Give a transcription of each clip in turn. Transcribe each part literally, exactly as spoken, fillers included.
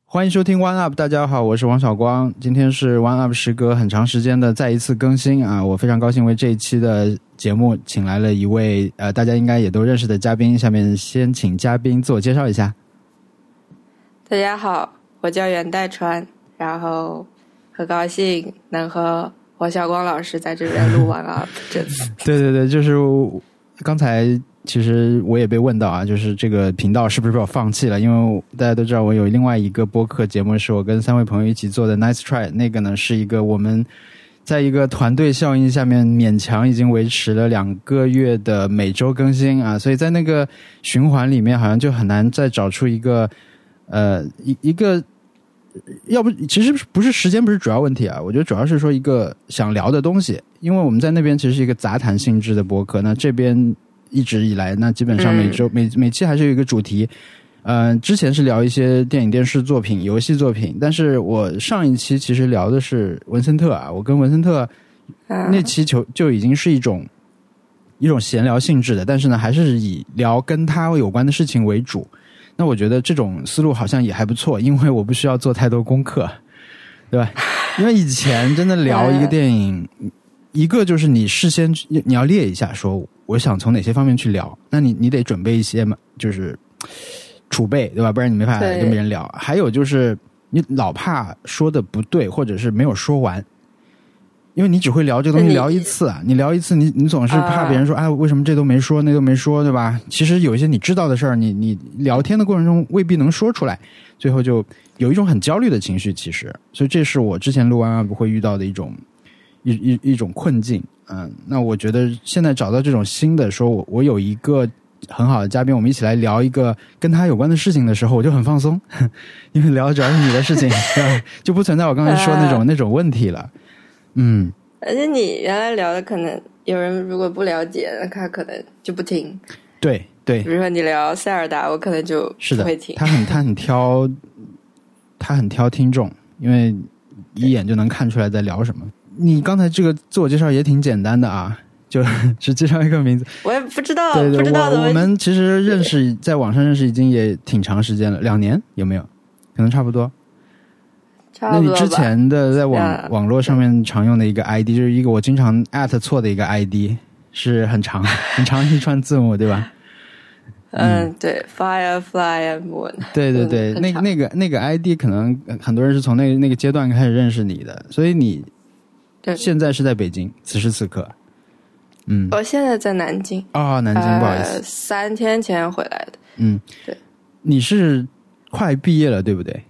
欢迎收听 One Up， 大家好，我是王小光。今天是 One Up 时隔很长时间的再一次更新啊，我非常高兴为这一期的节目请来了一位呃大家应该也都认识的嘉宾，下面先请嘉宾自我介绍一下。 大家好，我叫袁代川，然后很高兴能和王小光老师在这边录 One Up 这次。 对对对，就是刚才其实我也被问到啊，就是这个频道是不是被我放弃了，因为大家都知道我有另外一个播客节目是我跟三位朋友一起做的 Nice Try， 那个呢是一个我们在一个团队效应下面勉强已经维持了两个月的每周更新啊，所以在那个循环里面好像就很难再找出一个呃一一个要不其实不是时间不是主要问题啊，我觉得主要是说一个想聊的东西，因为我们在那边其实是一个杂谈性质的播客，那这边一直以来那基本上每周、嗯、每每期还是有一个主题，呃，之前是聊一些电影电视作品游戏作品，但是我上一期其实聊的是文森特啊，我跟文森特那期就就已经是一种一种闲聊性质的，但是呢还是以聊跟他有关的事情为主，那我觉得这种思路好像也还不错，因为我不需要做太多功课，对吧？因为以前真的聊一个电影一个就是你事先你要列一下说我想从哪些方面去聊，那你你得准备一些嘛，就是储备，对吧？不然你没法跟别人聊。还有就是你老怕说的不对，或者是没有说完，因为你只会聊这个东西聊一次啊，你聊一次你你总是怕别人说哎、啊，为什么这都没说那都没说，对吧？其实有一些你知道的事儿，你你聊天的过程中未必能说出来，最后就有一种很焦虑的情绪，其实，所以这是我之前录完不会遇到的一种一一一种困境。嗯，那我觉得现在找到这种新的说我我有一个很好的嘉宾，我们一起来聊一个跟他有关的事情的时候，我就很放松，因为聊的主要是你的事情，对吧？就不存在我刚才说那种、啊、那种问题了。嗯， 而且你原来聊的可能有人如果不了解，那他可能就不听。 对对， 比如说你聊塞尔达，我可能就不会听。 是的，他很他很挑，他很挑听众，因为一眼就能看出来在聊什么。你刚才这个自我介绍也挺简单的啊，就只介绍一个名字。 我也不知道， 对对， 不知道我我们其实认识，在网上认识已经也挺长时间了，两年有没有？可能差不多。 差不多吧。 那你之前的在网网络上面常用的一个 I D， 就是一个我经常 at 错的一个 I D， 是很长很长一串字母，对吧？ 嗯，嗯对 ，Firefly and Moon。 对对对，嗯、那个那个那个 I D 可能很多人是从那个那个阶段开始认识你的，所以你。现在是在北京，此时此刻。嗯， 我现在在南京。 哦，南京，呃、不好意思， 三天前回来的。 嗯， 对。 你是快毕业了，对不对？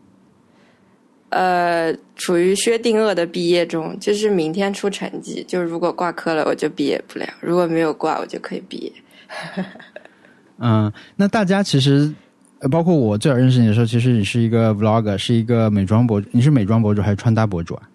呃，处于薛定谔的毕业中，就是明天出成绩，就如果挂科了，我就毕业不了；如果没有挂，我就可以毕业。 嗯，那大家其实，包括我最早认识你的时候，其实你是一个 vlogger， 是一个美妆博主。你是美妆博主还是穿搭博主啊？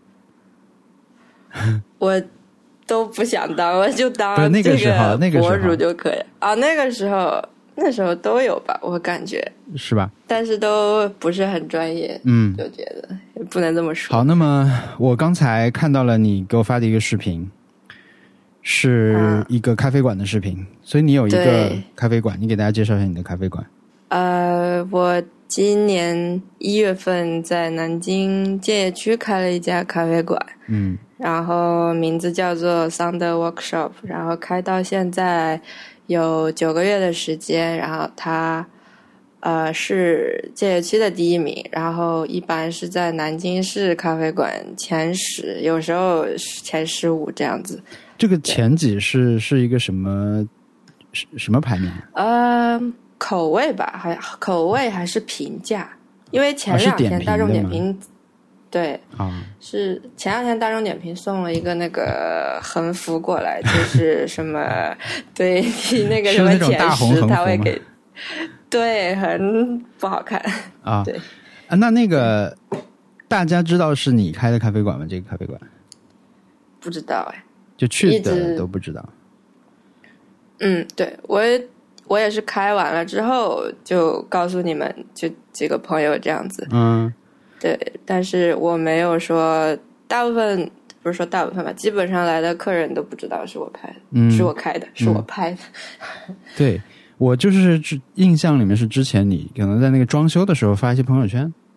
我都不想当，我就当这个博主就可以啊。那个时候，那时候都有吧，我感觉是吧？ 但是都不是很专业， 嗯， 就觉得也不能这么说。 好，那么我刚才看到了你给我发的一个视频，是一个咖啡馆的视频，啊、所以你有一个咖啡馆，你给大家介绍一下你的咖啡馆。 呃，我今年一月份在南京建邺区开了一家咖啡馆， 嗯。 然后名字叫做 Thunder Workshop， 然后开到现在有九个月的时间，然后它呃是建邺区的第一名，然后一般是在南京市咖啡馆前十，有时候前十五这样子。 这个前几是是一个什么什么排名？ 呃，口味吧，还口味还是评价？因为前两天大众点评。对， 啊， 是前两天大众点评送了一个那个横幅过来，就是什么对你那个什么前十，他会给，对，很不好看啊。 对啊，那那个大家知道是你开的咖啡馆吗？这个咖啡馆不知道哎， 就去的都不知道。 嗯，对，我我也是开完了之后就告诉你们，就几个朋友这样子。 嗯。 对，但是我没有说大部分，不是说大部分吧，基本上来的客人都不知道是我拍的，嗯，是我开的，是我拍的。 嗯、对，我就是印象里面是之前你可能在那个装修的时候发一些朋友圈，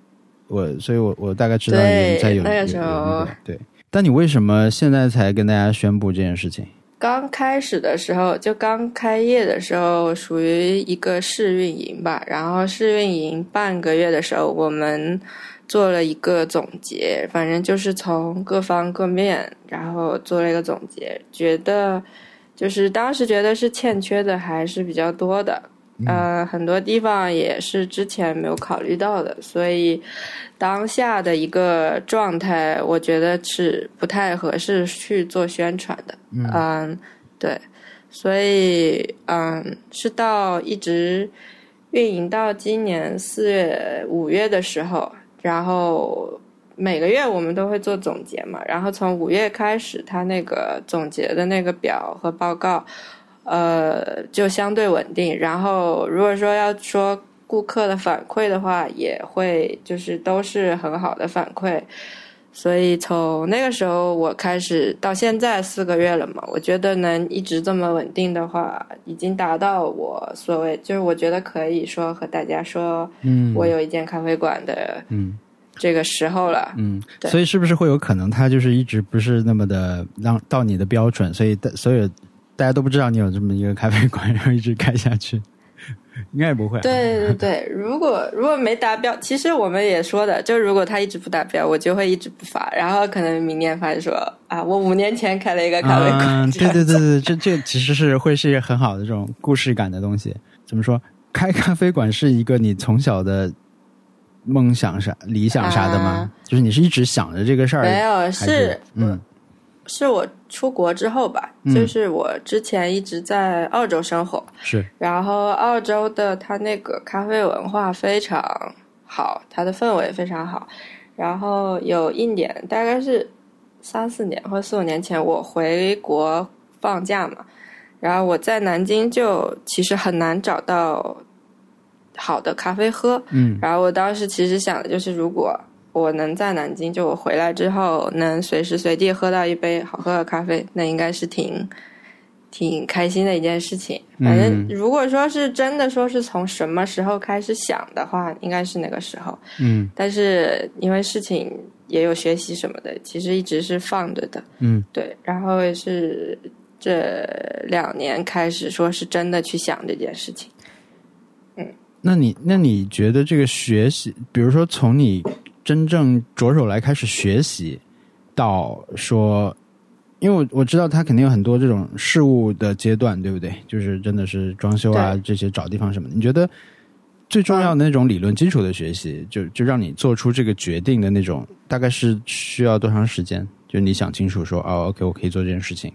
我所以我我大概知道你在有那个时候有有那个对。但你为什么现在才跟大家宣布这件事情？ 刚开始的时候，就刚开业的时候，属于一个试运营吧。然后试运营半个月的时候，我们做了一个总结，反正就是从各方各面，然后做了一个总结，觉得就是当时觉得是欠缺的还是比较多的。呃，很多地方也是之前没有考虑到的，所以当下的一个状态，我觉得是不太合适去做宣传的。 嗯， 嗯，对，所以嗯，是到一直运营到今年四月、五月的时候，然后每个月我们都会做总结嘛，然后从五月开始，它那个总结的那个表和报告。呃，就相对稳定。然后，如果说要说顾客的反馈的话，也会就是都是很好的反馈。所以从那个时候我开始到现在四个月了嘛，我觉得能一直这么稳定的话，已经达到我所谓就是我觉得可以说和大家说， 嗯， 我有一间咖啡馆的，嗯，这个时候了。 嗯，所以是不是会有可能它就是一直不是那么的让到你的标准，所以所有。大家都不知道你有这么一个咖啡馆，然后一直开下去，应该也不会、啊。 对对对，如果如果没达标，其实我们也说的，就如果他一直不达标，我就会一直不发，然后可能明年发现说啊，我五年前开了一个咖啡馆。 嗯，对对对对，这这其实是会是一个很好的这种故事感的东西。怎么说？开咖啡馆是一个你从小的梦想啥、理想啥的吗？啊、就是你是一直想着这个事儿？ 没有，是嗯。 是我出国之后吧、嗯、就是我之前一直在澳洲生活， 是， 然后澳洲的它那个咖啡文化非常好，它的氛围非常好。然后有一年大概是三四年或四五年前，我回国放假嘛，然后我在南京就其实很难找到好的咖啡喝， 嗯， 然后我当时其实想的就是如果我能在南京，就我回来之后能随时随地喝到一杯好喝的咖啡，那应该是挺挺开心的一件事情。反正如果说是真的说是从什么时候开始想的话，应该是那个时候。 嗯， 但是因为事情也有学习什么的，其实一直是放着的。 嗯， 对。然后是这两年开始说是真的去想这件事情。嗯， 那你那你觉得这个学习，比如说从你真正着手来开始学习到说，因为我我知道他肯定有很多这种事务的阶段，对不对？就是真的是装修啊，这些找地方什么的。你觉得最重要的那种理论基础的学习，嗯、就就让你做出这个决定的那种，大概是需要多长时间？就你想清楚说，哦 ，OK， 我可以做这件事情。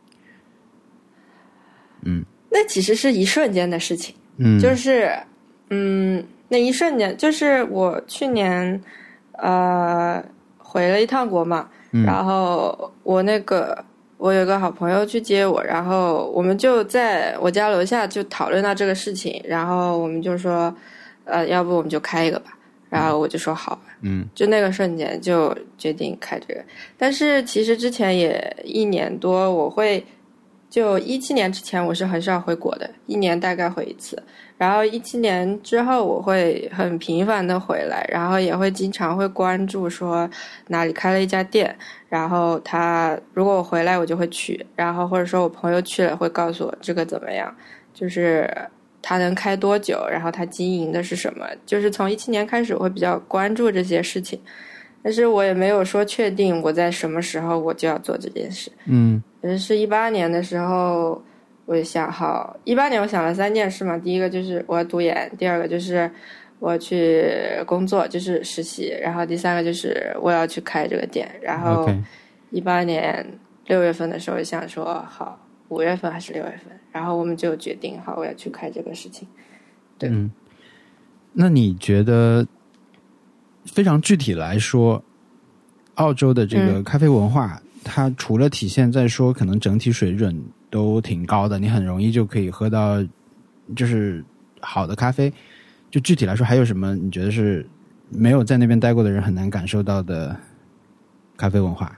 嗯， 那其实是一瞬间的事情。 嗯， 就是嗯，那一瞬间，就是我去年。呃，回了一趟国嘛、嗯，然后我那个我有个好朋友去接我，然后我们就在我家楼下就讨论到这个事情，然后我们就说，呃，要不我们就开一个吧，然后我就说好， 嗯， 就那个瞬间就决定开这个。但是其实之前也一年多，我会就一七年之前我是很少回国的，一年大概回一次。然后一七年之后我会很频繁的回来，然后也会经常会关注说哪里开了一家店，然后他如果我回来我就会去，然后或者说我朋友去了会告诉我这个怎么样，就是他能开多久，然后他经营的是什么，就是从一七年开始我会比较关注这些事情，但是我也没有说确定我在什么时候我就要做这件事。 嗯， 是一八年的时候我就想好，一八年我想了三件事嘛，第一个就是我要读研，第二个就是我去工作，就是实习，然后第三个就是我要去开这个店。然后一八年六月份的时候想说好，五月份还是六月份，然后我们就决定好我要去开这个事情。对， 嗯，那你觉得非常具体来说，澳洲的这个咖啡文化、嗯、它除了体现在说可能整体水准都挺高的，你很容易就可以喝到就是好的咖啡，就具体来说还有什么你觉得是没有在那边待过的人很难感受到的咖啡文化？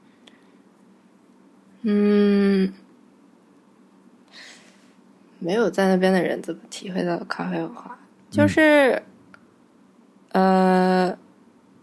嗯，没有在那边的人怎么体会到咖啡文化？就是、嗯、呃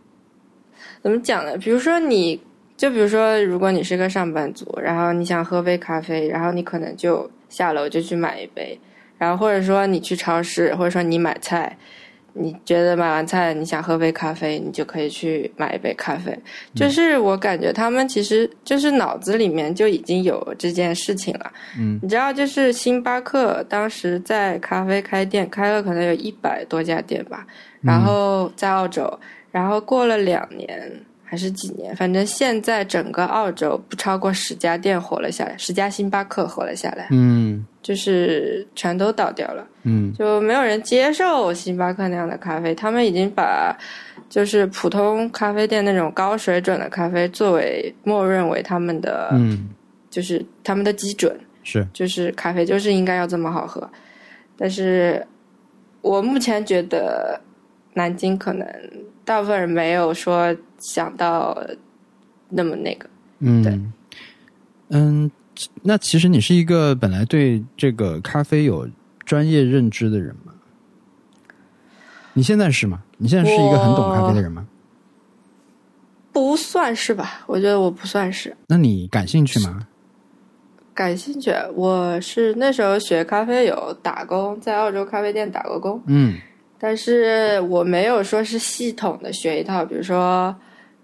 怎么讲呢？比如说你，就比如说，如果你是个上班族，然后你想喝杯咖啡，然后你可能就下楼就去买一杯，然后或者说你去超市，或者说你买菜，你觉得买完菜你想喝杯咖啡，你就可以去买一杯咖啡。就是我感觉他们其实就是脑子里面就已经有这件事情了。 嗯， 你知道，就是星巴克当时在咖啡开店开了可能有一百多家店吧，然后在澳洲，然后过了两年还是几年，反正现在整个澳洲不超过十家店活了下来，十家星巴克活了下来。 嗯， 就是全都倒掉了。 嗯， 就没有人接受星巴克那样的咖啡，他们已经把就是普通咖啡店那种高水准的咖啡作为默认为他们的， 嗯， 就是他们的基准， 是， 就是咖啡就是应该要这么好喝。但是我目前觉得南京可能大部分人没有说想到那么那个。 嗯， 对， 嗯，那其实你是一个本来对这个咖啡有专业认知的人吗？你现在是吗？你现在是一个很懂咖啡的人吗？ 不算是吧，我觉得我不算是。 那你感兴趣吗？ 感兴趣，我是那时候学咖啡有打工，在澳洲咖啡店打过工。 嗯， 但是我没有说是系统的学一套，比如说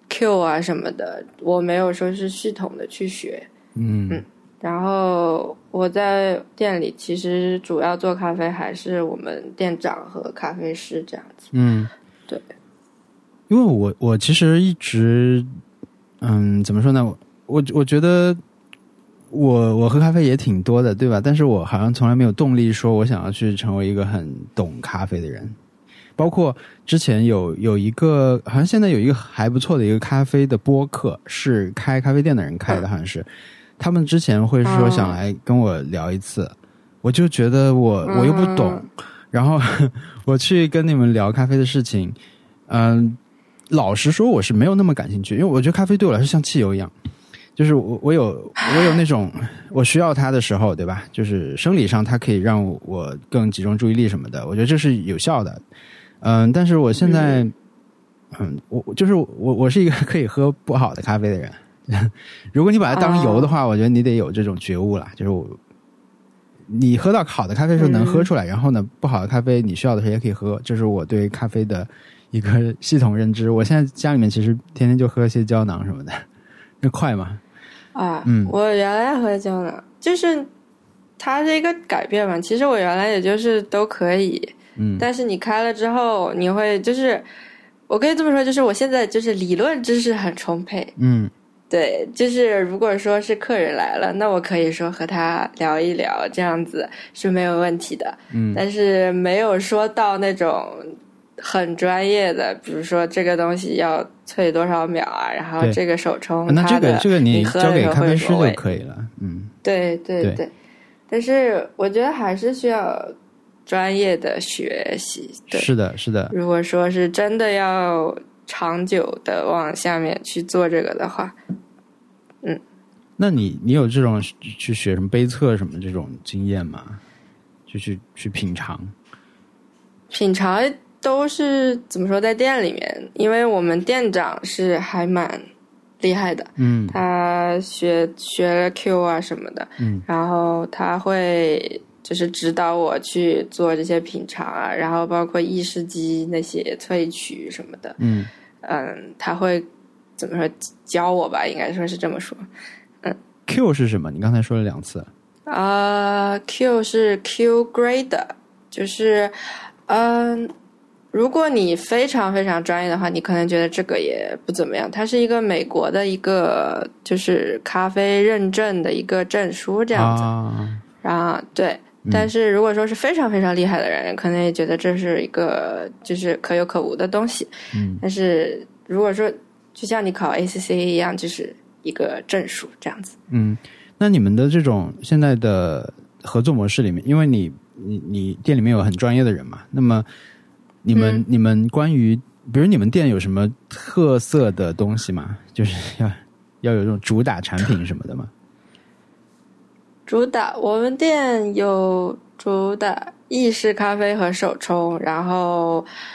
Q 啊什么的，我没有说是系统的去学。 嗯嗯，然后我在店里其实主要做咖啡还是我们店长和咖啡师这样子。 嗯， 对， 因为我我其实一直，嗯，怎么说呢？我我觉得我我喝咖啡也挺多的，对吧？但是我好像从来没有动力说我想要去成为一个很懂咖啡的人。包括之前有有一个，好像现在有一个还不错的一个咖啡的播客，是开咖啡店的人开的，好像是。他们之前会说想来跟我聊一次，我就觉得我我又不懂，然后我去跟你们聊咖啡的事情，嗯，老实说我是没有那么感兴趣，因为我觉得咖啡对我来说像汽油一样，就是我我有我有那种我需要它的时候，对吧？就是生理上它可以让我更集中注意力什么的，我觉得这是有效的。嗯，但是我现在，嗯，我就是我我是一个可以喝不好的咖啡的人。如果你把它当油的话，我觉得你得有这种觉悟啦，就是我你喝到好的咖啡的时候能喝出来，然后呢，不好的咖啡你需要的时候也可以喝，这是我对咖啡的一个系统认知。我现在家里面其实天天就喝些胶囊什么的，那快嘛。 啊，嗯，我原来喝胶囊，就是它是一个改变嘛。其实我原来也就是都可以，嗯，但是你开了之后，你会就是我可以这么说，就是我现在就是理论知识很充沛， 嗯。 对，就是如果说是客人来了，那我可以说和他聊一聊，这样子是没有问题的。 嗯， 但是没有说到那种很专业的，比如说这个东西要萃多少秒啊，然后这个手冲， 那这个这个你交给咖啡师就可以了。 嗯，对对 对, 对。但是我觉得还是需要专业的学习。对， 是的，是的。 如果说是真的要长久的往下面去做这个的话，嗯， 那你你有这种去学什么杯测什么这种经验吗？就去去品尝， 品尝都是怎么说，在店里面，因为我们店长是还蛮厉害的， 嗯， 他学学了 Q 啊什么的， 嗯， 然后他会就是指导我去做这些品尝啊，然后包括意式机那些萃取什么的， 嗯嗯，他会怎么说教我吧，应该说是这么说。嗯 ，Q 是什么？你刚才说了两次。 啊、呃、，Q 是 Q grade， 就是嗯、呃，如果你非常非常专业的话，你可能觉得这个也不怎么样。它是一个美国的一个就是咖啡认证的一个证书这样子。 啊， 然后对。但是如果说是非常非常厉害的人，可能也觉得这是一个就是可有可无的东西。 嗯， 但是如果说就像你考 A C C A 一样，就是一个证书这样子。 嗯，那你们的这种现在的合作模式里面，因为你你你店里面有很专业的人嘛，那么你们、嗯、你们关于比如你们店有什么特色的东西吗？就是要要有这种主打产品什么的吗？ 主打我们店有主打意式咖啡和手冲，然后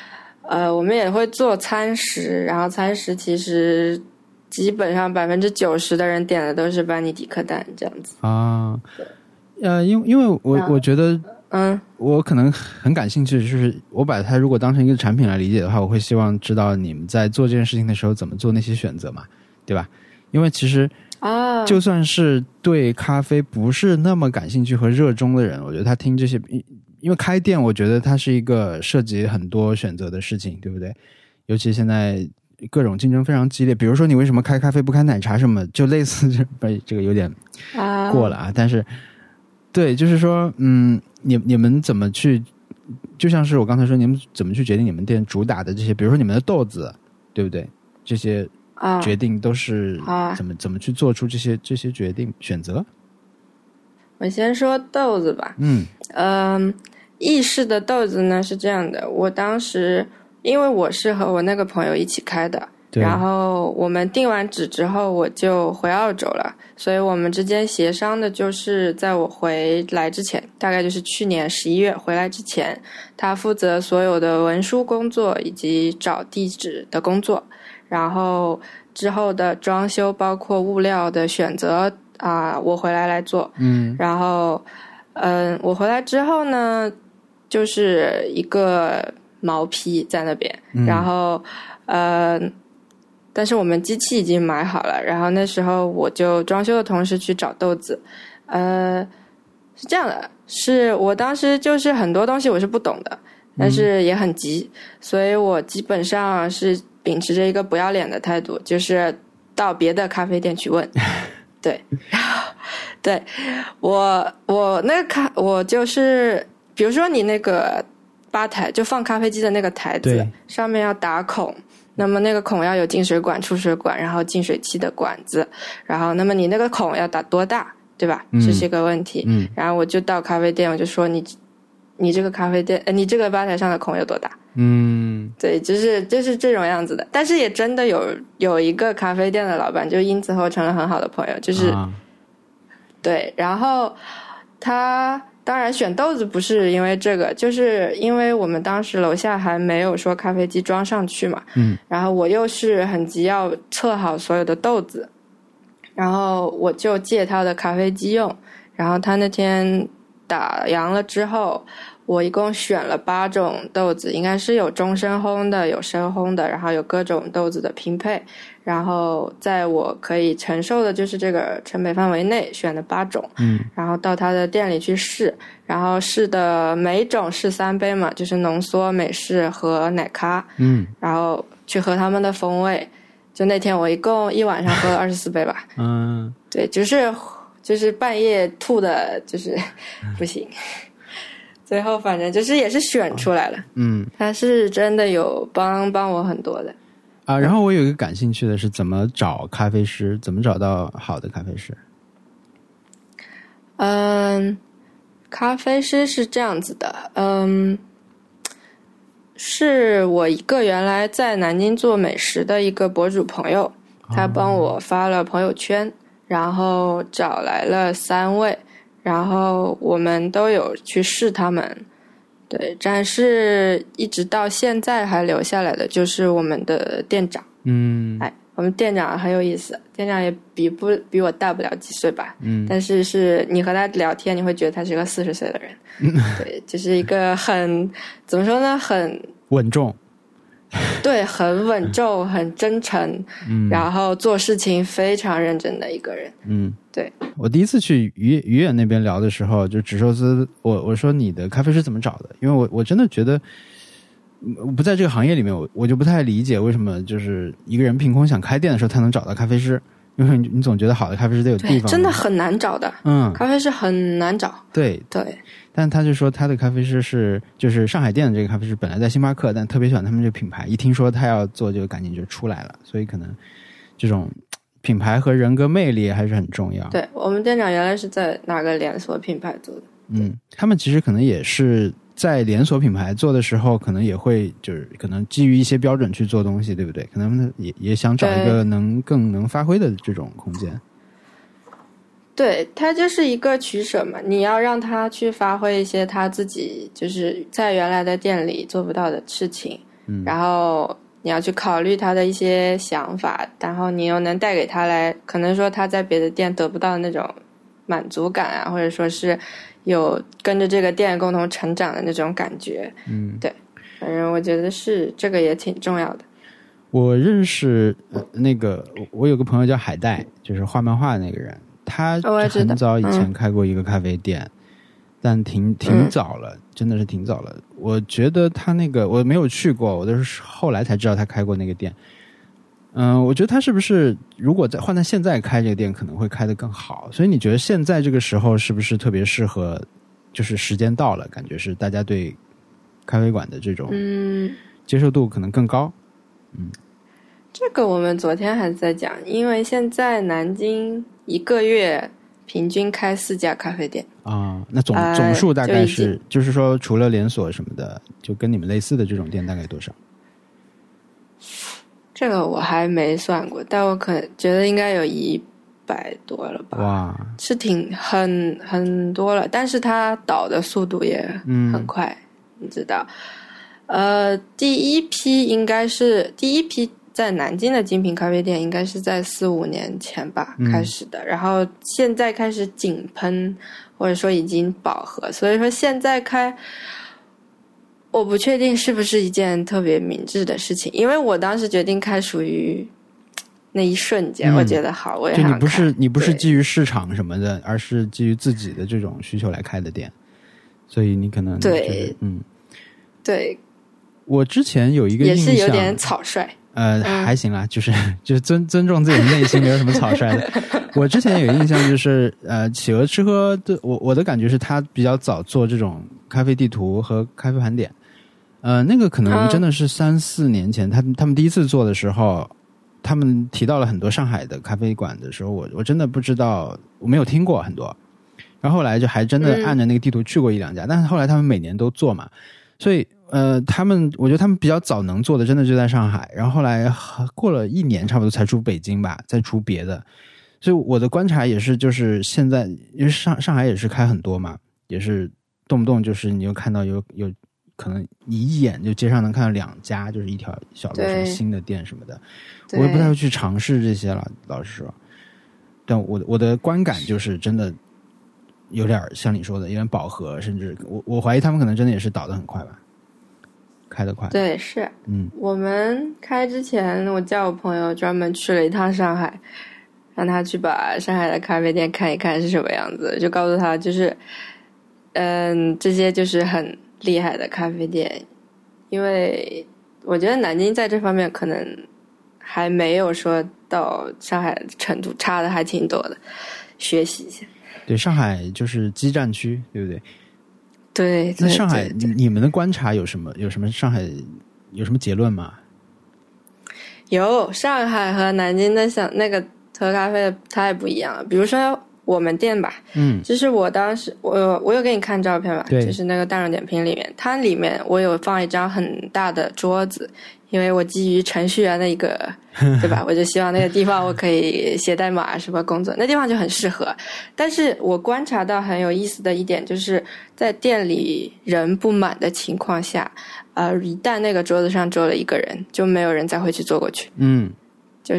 呃，我们也会做餐食，然后餐食其实基本上百分之九十的人点的都是班尼迪克蛋这样子啊。呃，因为因为我、嗯、我觉得， 嗯， 我可能很感兴趣，就是我把它如果当成一个产品来理解的话，我会希望知道你们在做这件事情的时候怎么做那些选择嘛，对吧？因为其实啊， 就算是对咖啡不是那么感兴趣和热衷的人，我觉得他听这些，因为开店，我觉得它是一个涉及很多选择的事情，对不对？尤其现在各种竞争非常激烈，比如说你为什么开咖啡不开奶茶什么，就类似这这个有点过了啊，但是。对，就是说，嗯，你你们怎么去，就像是我刚才说，你们怎么去决定你们店主打的这些，比如说你们的豆子，对不对？这些决定都是怎么、啊、怎么去做出这些这些决定选择？ 我先说豆子吧， 嗯嗯、呃，意式的豆子呢是这样的，我当时因为我是和我那个朋友一起开的。然后我们定完址之后我就回澳洲了，所以我们之间协商的就是在我回来之前，大概就是去年十一月回来之前，他负责所有的文书工作以及找地址的工作，然后之后的装修包括物料的选择啊、呃，我回来来做。 嗯， 然后嗯、呃，我回来之后呢，就是一个毛坯在那边， 嗯、 然后呃。但是我们机器已经买好了，然后那时候我就装修的同时去找豆子，呃，是这样的，是我当时就是很多东西我是不懂的，但是也很急，嗯、所以我基本上是秉持着一个不要脸的态度，就是到别的咖啡店去问，对，对我我那个咖我就是比如说你那个吧台就放咖啡机的那个台子上面要打孔。那么那个孔要有进水管、出水管，然后净水器的管子，然后那么你那个孔要打多大，对吧？ 嗯、 这是一个问题。 嗯， 然后我就到咖啡店，我就说你，你这个咖啡店，呃，你这个吧台上的孔有多大？ 嗯， 对，就是就是这种样子的。但是也真的有有一个咖啡店的老板，就因此后成了很好的朋友，就是、 啊、 对，然后他。当然选豆子不是因为这个，就是因为我们当时楼下还没有说咖啡机装上去嘛， 嗯， 然后我又是很急要测好所有的豆子，然后我就借他的咖啡机用，然后他那天打烊了之后，我一共选了八种豆子，应该是有中深烘的，有深烘的，然后有各种豆子的拼配，然后在我可以承受的就是这个成本范围内选了八种， 嗯， 然后到他的店里去试，然后试的每种试三杯嘛，就是浓缩、美式和奶咖， 嗯， 然后去喝他们的风味，就那天我一共一晚上喝了二十四杯吧， 嗯， 对，就是就是半夜吐的，就是不行。最后反正就是也是选出来了， 嗯， 他是真的有帮帮我很多的啊。然后我有一个感兴趣的是怎么找咖啡师，怎么找到好的咖啡师？ 嗯，咖啡师是这样子的，嗯，是我一个原来在南京做美食的一个博主朋友，他帮我发了朋友圈，然后找来了三位。然后我们都有去试他们，对，但是一直到现在还留下来的就是我们的店长， 嗯， 哎，我们店长很有意思，店长也比不比我大不了几岁吧， 嗯， 但是是你和他聊天，你会觉得他是个四十岁的人，嗯、对，就是一个很怎么说呢，很稳重。 对，很稳重，很真诚， 嗯，然后做事情非常认真的一个人。 嗯， 对。 我第一次去于于远那边聊的时候，就纸寿司，我我说你的咖啡是怎么找的？因为我我真的觉得，我不在这个行业里面，我我就不太理解为什么就是一个人凭空想开店的时候，他能找到咖啡师。因为你总觉得好的咖啡师得有地方， 真的很难找的。 嗯， 咖啡师很难找。 对对， 但他就说他的咖啡师是就是上海店的这个咖啡师本来在星巴克，但特别喜欢他们这个品牌，一听说他要做就赶紧就出来了，所以可能这种品牌和人格魅力还是很重要。 对，我们店长原来是在哪个连锁品牌做的？ 嗯，他们其实可能也是在连锁品牌做的时候，可能也会就是可能基于一些标准去做东西，对不对？可能也也想找一个能更能发挥的这种空间。 对，它就是一个取舍嘛，你要让他去发挥一些他自己就是在原来的店里做不到的事情， 嗯， 然后你要去考虑他的一些想法，然后你又能带给他来，可能说他在别的店得不到的那种满足感啊，或者说是有跟着这个店共同成长的那种感觉。 嗯， 对，反正我觉得是这个也挺重要的。 我认识、呃、那个我有个朋友叫海带，就是画漫画的那个人，他很早以前开过一个咖啡店、嗯、但挺挺早了、嗯、真的是挺早了。我觉得他那个我没有去过，我都是后来才知道他开过那个店。嗯、呃，我觉得他是不是如果在换在现在开这个店可能会开得更好，所以你觉得现在这个时候是不是特别适合，就是时间到了，感觉是大家对咖啡馆的这种接受度可能更高。嗯， 这个我们昨天还在讲，因为现在南京一个月平均开四家咖啡店啊，那总总数大概是、呃、就, 就是说除了连锁什么的，就跟你们类似的这种店大概多少？ 这个我还没算过，但我可能觉得应该有一百多了吧。 哇， 是挺很很多了，但是它倒的速度也很快、嗯、你知道。呃，第一批应该是第一批在南京的精品咖啡店，应该是在四五年前吧、嗯、开始的，然后现在开始井喷，或者说已经饱和，所以说现在开，我不确定是不是一件特别明智的事情，因为我当时决定开属于那一瞬间、嗯、我觉得好，我也想开。 就你不是你不是基于市场什么的，而是基于自己的这种需求来开的店，所以你可能对， 嗯， 对。 我之前有一个印象， 也是有点草率， 呃，嗯、还行啦，就是就是尊尊重自己的内心，没有什么草率的。我之前有印象就是，呃，企鹅吃喝的，我我的感觉是他比较早做这种咖啡地图和咖啡盘点，呃，那个可能真的是三四年前，他他们第一次做的时候，他们提到了很多上海的咖啡馆的时候，我我真的不知道，我没有听过很多，然后后来就还真的按着那个地图去过一两家，嗯、但是后来他们每年都做嘛，所以。呃，他们我觉得他们比较早能做的真的就在上海，然后后来过了一年差不多才出北京吧，再出别的。所以我的观察也是，就是现在因为上上海也是开很多嘛，也是动不动就是你又看到有有可能你一眼就街上能看到两家，就是一条小路什么新的店什么的，我也不太会去尝试这些了，老实说。但我我的观感就是真的有点像你说的有点饱和，甚至我我怀疑他们可能真的也是倒得很快吧。开得快， 对，是， 嗯， 我们开之前，我叫我朋友专门去了一趟上海，让他去把上海的咖啡店看一看是什么样子，就告诉他，就是，嗯，这些就是很厉害的咖啡店，因为我觉得南京在这方面可能还没有说到上海的程度，差的还挺多的，学习一下。 对，上海就是基站区，对不对？ 对， 那上海你你们的观察有什么？有什么上海有什么结论吗？ 有，上海和南京的想那个喝咖啡太不一样了。比如说我们店吧， 嗯， 就是我当时我我有给你看照片吧， 对， 就是那个大众点评里面，它里面我有放一张很大的桌子。因为我基于程序员的一个，对吧？我就希望那个地方我可以写代码什么工作，那地方就很适合。但是我观察到很有意思的一点，就是在店里人不满的情况下，呃，一旦那个桌子上坐了一个人，就没有人再会去坐过去。 嗯， 就是，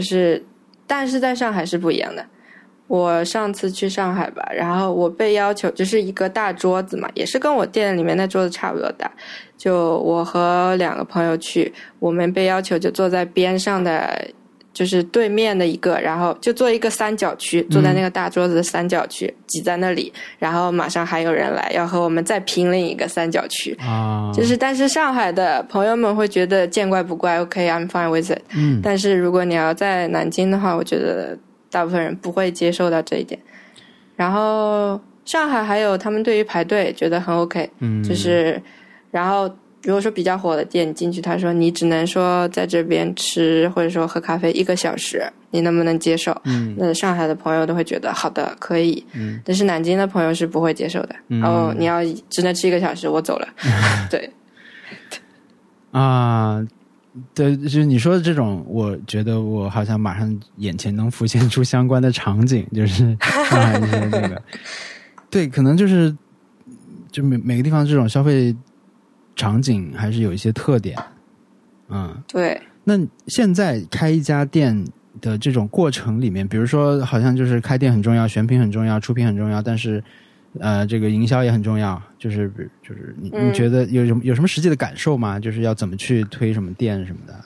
但是在上海是不一样的。我上次去上海吧，然后我被要求就是一个大桌子嘛，也是跟我店里面那桌子差不多大，就我和两个朋友去，我们被要求就坐在边上的就是对面的一个，然后就做一个三角区，坐在那个大桌子的三角区、嗯、挤在那里，然后马上还有人来要和我们再拼另一个三角区啊， 就是但是上海的朋友们会觉得见怪不怪 OK I'm fine with it， 嗯， 但是如果你要在南京的话，我觉得大部分人不会接受到这一点。然后上海还有他们对于排队觉得很 OK， 嗯， 就是然后如果说比较火的店你进去，他说你只能说在这边吃或者说喝咖啡一个小时，你能不能接受？ 嗯， 那上海的朋友都会觉得好的可以， 嗯， 但是南京的朋友是不会接受的。 嗯， 然后你要只能吃一个小时，我走了。对啊。对，就是你说的这种，我觉得我好像马上眼前能浮现出相关的场景，就是上海一些那个，对，可能就是就每每个地方这种消费场景还是有一些特点， 嗯， 对。 那现在开一家店的这种过程里面，比如说好像就是开店很重要，选品很重要，出品很重要，但是呃，这个营销也很重要，就是就是你你觉得有什么有什么实际的感受吗？就是要怎么去推什么店什么的？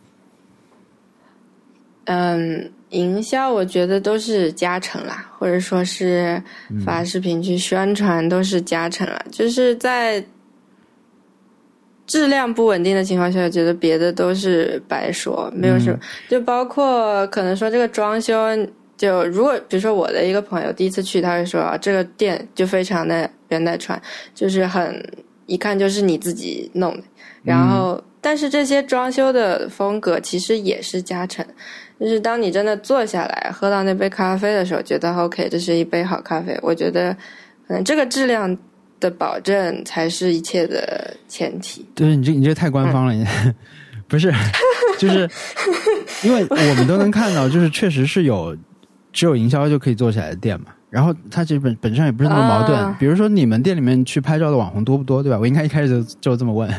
嗯，营销我觉得都是加成啦，或者说是发视频去宣传都是加成啦，嗯、就是在质量不稳定的情况下，我觉得别的都是白说，没有什么，嗯、就包括可能说这个装修。就如果比如说我的一个朋友第一次去，他会说啊，这个店就非常的元代川，就是很一看就是你自己弄的。然后，嗯、但是这些装修的风格其实也是加成，就是当你真的坐下来喝到那杯咖啡的时候，觉得 OK， 这是一杯好咖啡。我觉得可能这个质量的保证才是一切的前提。 对，你这你这太官方了，你、嗯、不是，就是因为我们都能看到，就是确实是有。只有营销就可以做起来的店嘛，然后它其实本本身也不是那么矛盾。啊、比如说你们店里面去拍照的网红多不多，对吧？我应该一开始就就这么问。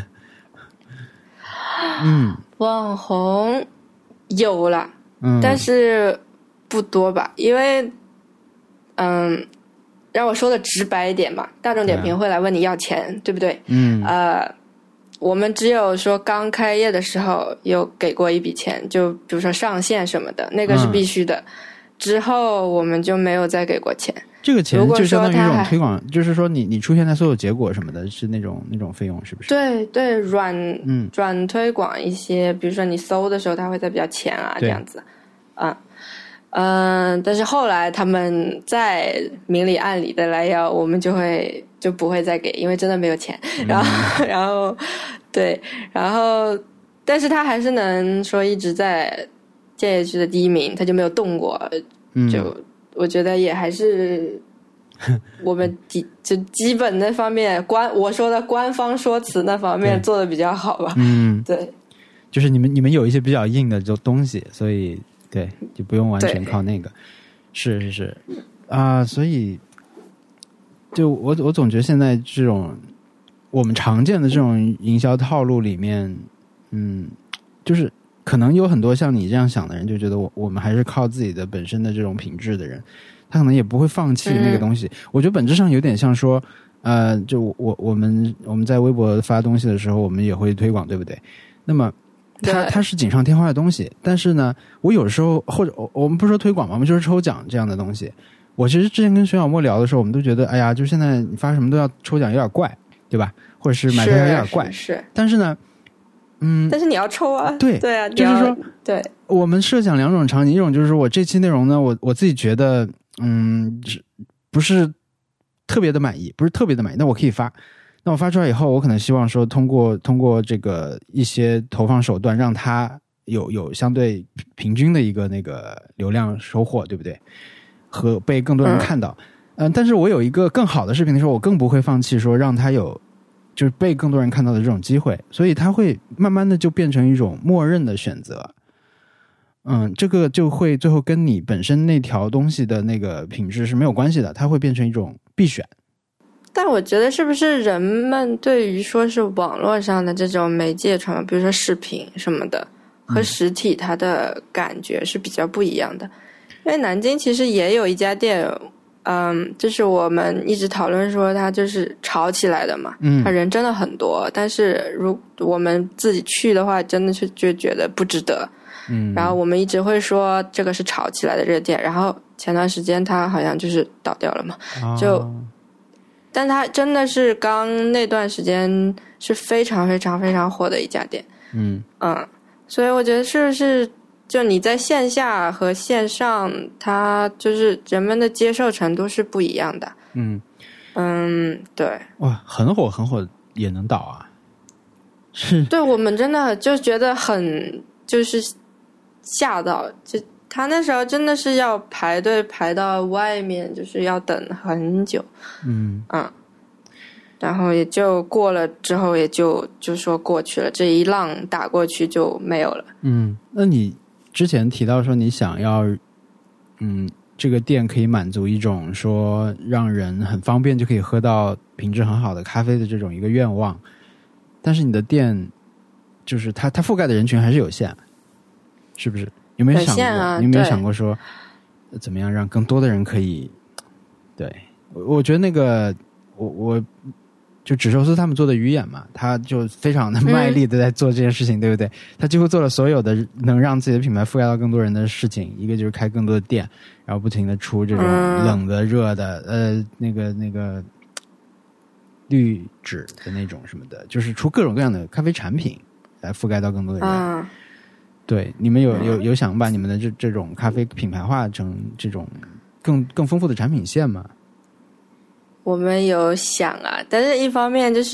嗯， 网红有啦，嗯，但是不多吧，因为嗯，让我说的直白一点嘛，大众点评会来问你要钱，对, 对不对？嗯，呃，我们只有说刚开业的时候有给过一笔钱，就比如说上线什么的，那个是必须的。嗯，之后我们就没有再给过钱。 这个钱就相当于一种推广，就是说你你出现在所有结果什么的，是那种那种费用，是不是？ 对对，软嗯软推广一些，比如说你搜的时候，它会在比较前啊这样子，啊嗯、呃，但是后来他们再明里暗里的来要，我们就会就不会再给，因为真的没有钱。然后、嗯、然后对，然后但是他还是能说一直在。建业区的第一名，他就没有动过，嗯、就我觉得也还是我们基就基本那方面官我说的官方说辞那方面做的比较好吧。嗯，对， 就是你们你们有一些比较硬的这东西，所以对就不用完全靠那个。是是是啊、呃，所以就我我总觉得现在这种我们常见的这种营销套路里面，嗯，就是。可能有很多像你这样想的人，就觉得我我们还是靠自己的本身的这种品质的人，他可能也不会放弃那个东西。嗯、我觉得本质上有点像说，呃，就我我们我们在微博发东西的时候，我们也会推广，对不对？那么它它是锦上添花的东西，但是呢，我有时候或者我们不说推广嘛，我们就是抽奖这样的东西。我其实之前跟徐小沫聊的时候，我们都觉得，哎呀，就现在你发什么都要抽奖，有点怪，对吧？或者是买票有点怪， 是。是但是呢。嗯， 但是你要抽啊， 对对啊， 就是说， 对， 我们设想两种场景，一种就是说我这期内容呢，我我自己觉得，嗯，不是特别的满意，不是特别的满意，那我可以发，那我发出来以后，我可能希望说，通过通过这个一些投放手段，让它有有相对平均的一个那个流量收获，对不对？和被更多人看到，嗯、呃，但是我有一个更好的视频的时候，我更不会放弃说让它有。就是被更多人看到的这种机会，所以它会慢慢的就变成一种默认的选择。嗯，这个就会最后跟你本身那条东西的那个品质是没有关系的，它会变成一种必选。 但我觉得是不是人们对于说是网络上的这种媒介传播，比如说视频什么的，和实体它的感觉是比较不一样的。嗯、因为南京其实也有一家店。嗯，就是我们一直讨论说它就是炒起来的嘛，嗯，它人真的很多，但是如我们自己去的话，真的是就觉得不值得，嗯，然后我们一直会说这个是炒起来的这个店，然后前段时间它好像就是倒掉了嘛，哦、就，但它真的是刚那段时间是非常非常非常火的一家店，嗯嗯，所以我觉得是不是？就你在线下和线上，它就是人们的接受程度是不一样的。嗯嗯，对。 哇，很火很火也能倒啊？是。 对，我们真的就觉得很就是吓到，就他那时候真的是要排队排到外面，就是要等很久。嗯嗯，然后也就过了之后，也就就说过去了，这一浪打过去就没有了。 嗯，那你。之前提到说你想要嗯这个店可以满足一种说让人很方便就可以喝到品质很好的咖啡的这种一个愿望，但是你的店就是它它覆盖的人群还是有限，是不是？有没有想过？ 啊、 你有没有想过说，怎么样让更多的人可以？对，我我觉得那个我我就纸寿司他们做的鱼眼嘛，他就非常的卖力的在做这件事情，嗯、对不对？他几乎做了所有的能让自己的品牌覆盖到更多人的事情，一个就是开更多的店，然后不停的出这种冷的、热的，嗯、呃，那个那个滤纸的那种什么的，就是出各种各样的咖啡产品来覆盖到更多的人。 嗯对，你们有有有想把你们的这这种咖啡品牌化成这种更更丰富的产品线吗？ 我们有想啊，但是一方面就是，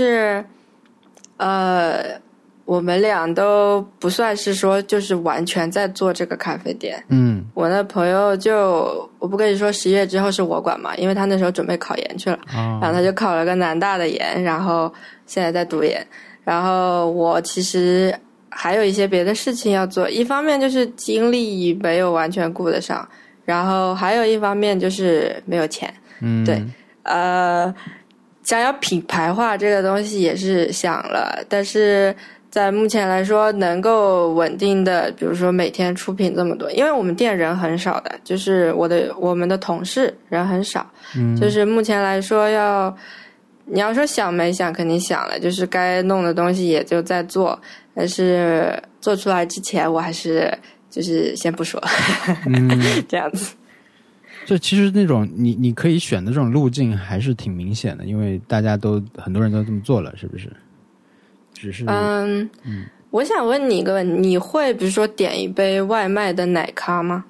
呃，我们俩都不算是说就是完全在做这个咖啡店。 嗯， 我那朋友就我不跟你说，十月之后是我管嘛，因为他那时候准备考研去了， 哦、 然后他就考了个南大的研，然后现在在读研，然后我其实。还有一些别的事情要做，一方面就是精力没有完全顾得上，然后还有一方面就是没有钱。 嗯， 对，呃，想要品牌化这个东西也是想了，但是在目前来说，能够稳定的，比如说每天出品这么多，因为我们店人很少的，就是我的我们的同事人很少， 嗯， 就是目前来说要。你要说想没想，肯定想了，就是该弄的东西也就在做，但是做出来之前，我还是就是先不说， 嗯， 这样子。 就其实那种你你可以选的这种路径还是挺明显的，因为大家都很多人都这么做了，是不是？只是嗯嗯， 我想问你一个问题，你会比如说点一杯外卖的奶咖吗？